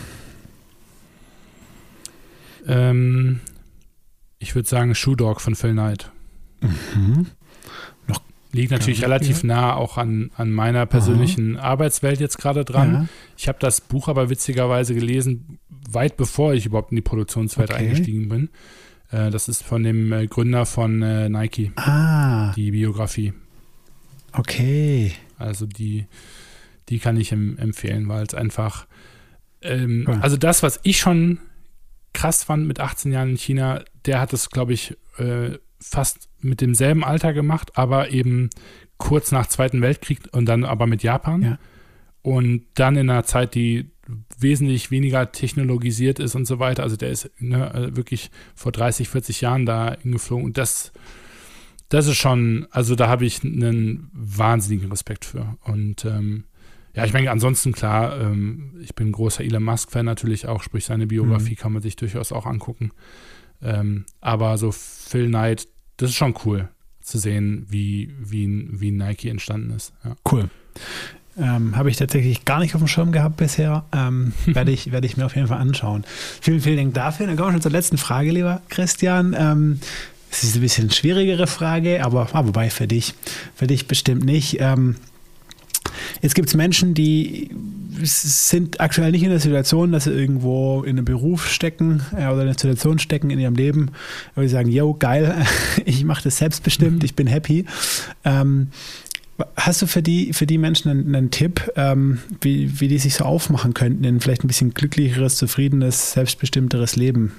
Ähm, ich würde sagen Shoe Dog von Phil Knight. Mhm. Noch Liegt natürlich relativ ja. nah auch an, an meiner persönlichen Aha. Arbeitswelt jetzt gerade dran. Ja. Ich habe das Buch aber witzigerweise gelesen, weit bevor ich überhaupt in die Produktionswelt okay. eingestiegen bin. Äh, das ist von dem äh, Gründer von äh, Nike, ah. die Biografie. Okay. Also die, die kann ich em- empfehlen, weil es einfach Ähm, ja. Also das, was ich schon krass fand mit achtzehn Jahren in China, der hat es, glaube ich, äh, fast mit demselben Alter gemacht, aber eben kurz nach Zweiten Weltkrieg und dann aber mit Japan. Ja. Und dann in einer Zeit, die wesentlich weniger technologisiert ist und so weiter. Also der ist ne, wirklich vor dreißig, vierzig Jahren da hingeflogen und das, das ist schon, also da habe ich einen wahnsinnigen Respekt für. Und ähm, Ja, ich meine, ansonsten klar, ähm, ich bin ein großer Elon Musk-Fan natürlich auch, sprich seine Biografie mhm. kann man sich durchaus auch angucken. Ähm, aber so Phil Knight, das ist schon cool zu sehen, wie, wie, wie Nike entstanden ist. Ja. Cool. Ähm, habe ich tatsächlich gar nicht auf dem Schirm gehabt bisher. Ähm, werde ich, werde ich mir auf jeden Fall anschauen. Vielen, vielen Dank dafür. Dann kommen wir schon zur letzten Frage, lieber Christian. Ähm, es ist ein bisschen eine schwierigere Frage, aber ah, wobei für dich, für dich bestimmt nicht. Ähm, Jetzt gibt es Menschen, die sind aktuell nicht in der Situation, dass sie irgendwo in einem Beruf stecken äh, oder in einer Situation stecken in ihrem Leben, wo sie sagen, yo, geil, ich mache das selbstbestimmt, ich bin happy. Ähm, hast du für die, für die Menschen einen, einen Tipp, ähm, wie, wie die sich so aufmachen könnten in vielleicht ein bisschen glücklicheres, zufriedenes, selbstbestimmteres Leben?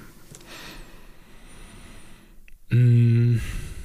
Mm.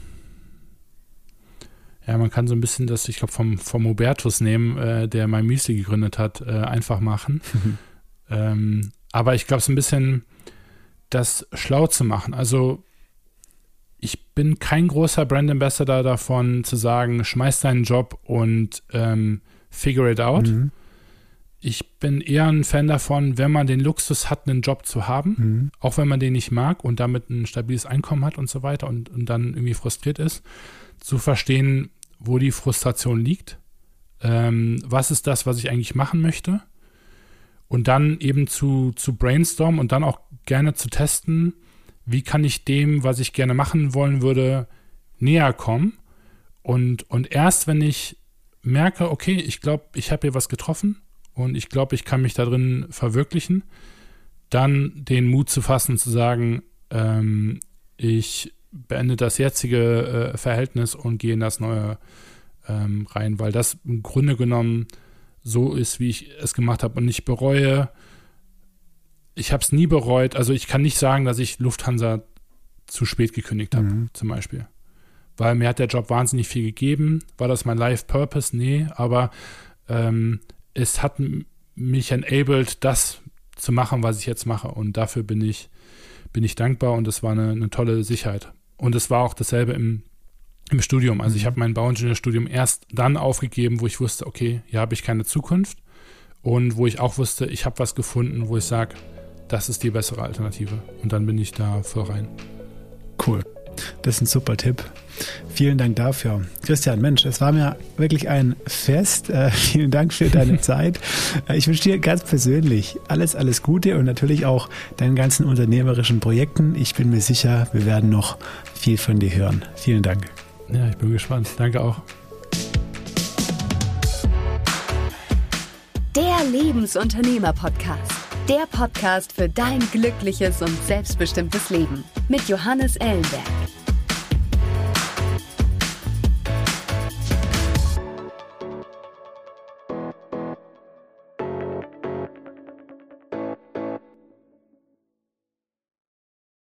Ja, man kann so ein bisschen das, ich glaube, vom, vom Hubertus nehmen, äh, der My Müsli gegründet hat, äh, einfach machen. Mhm. Ähm, aber ich glaube, es ist ein bisschen das schlau zu machen. Also ich bin kein großer Brand Ambassador davon, zu sagen, schmeiß deinen Job und ähm, figure it out. Mhm. Ich bin eher ein Fan davon, wenn man den Luxus hat, einen Job zu haben, mhm. auch wenn man den nicht mag und damit ein stabiles Einkommen hat und so weiter und, und dann irgendwie frustriert ist, zu verstehen, wo die Frustration liegt, ähm, was ist das, was ich eigentlich machen möchte und dann eben zu, zu brainstormen und dann auch gerne zu testen, wie kann ich dem, was ich gerne machen wollen würde, näher kommen und, und erst, wenn ich merke, okay, ich glaube, ich habe hier was getroffen und ich glaube, ich kann mich da drin verwirklichen, dann den Mut zu fassen, zu sagen, ähm, ich beende das jetzige äh, Verhältnis und gehe in das neue ähm, rein, weil das im Grunde genommen so ist, wie ich es gemacht habe und ich bereue, ich habe es nie bereut, also ich kann nicht sagen, dass ich Lufthansa zu spät gekündigt habe, mhm. zum Beispiel, weil mir hat der Job wahnsinnig viel gegeben, war das mein Life Purpose? Nee, aber ähm, es hat m- mich enabled, das zu machen, was ich jetzt mache und dafür bin ich bin ich dankbar und das war eine, eine tolle Sicherheit. Und es war auch dasselbe im, im Studium. Also ich habe mein Bauingenieurstudium erst dann aufgegeben, wo ich wusste, okay, hier habe ich keine Zukunft und wo ich auch wusste, ich habe was gefunden, wo ich sage, das ist die bessere Alternative. Und dann bin ich da voll rein. Cool. Das ist ein super Tipp. Vielen Dank dafür. Christian, Mensch, es war mir wirklich ein Fest. Äh, vielen Dank für deine Zeit. Äh, ich wünsche dir ganz persönlich alles, alles Gute und natürlich auch deinen ganzen unternehmerischen Projekten. Ich bin mir sicher, wir werden noch viel von dir hören. Vielen Dank. Ja, ich bin gespannt. Danke auch. Der Lebensunternehmer-Podcast. Der Podcast für dein glückliches und selbstbestimmtes Leben mit Johannes Ellenberg.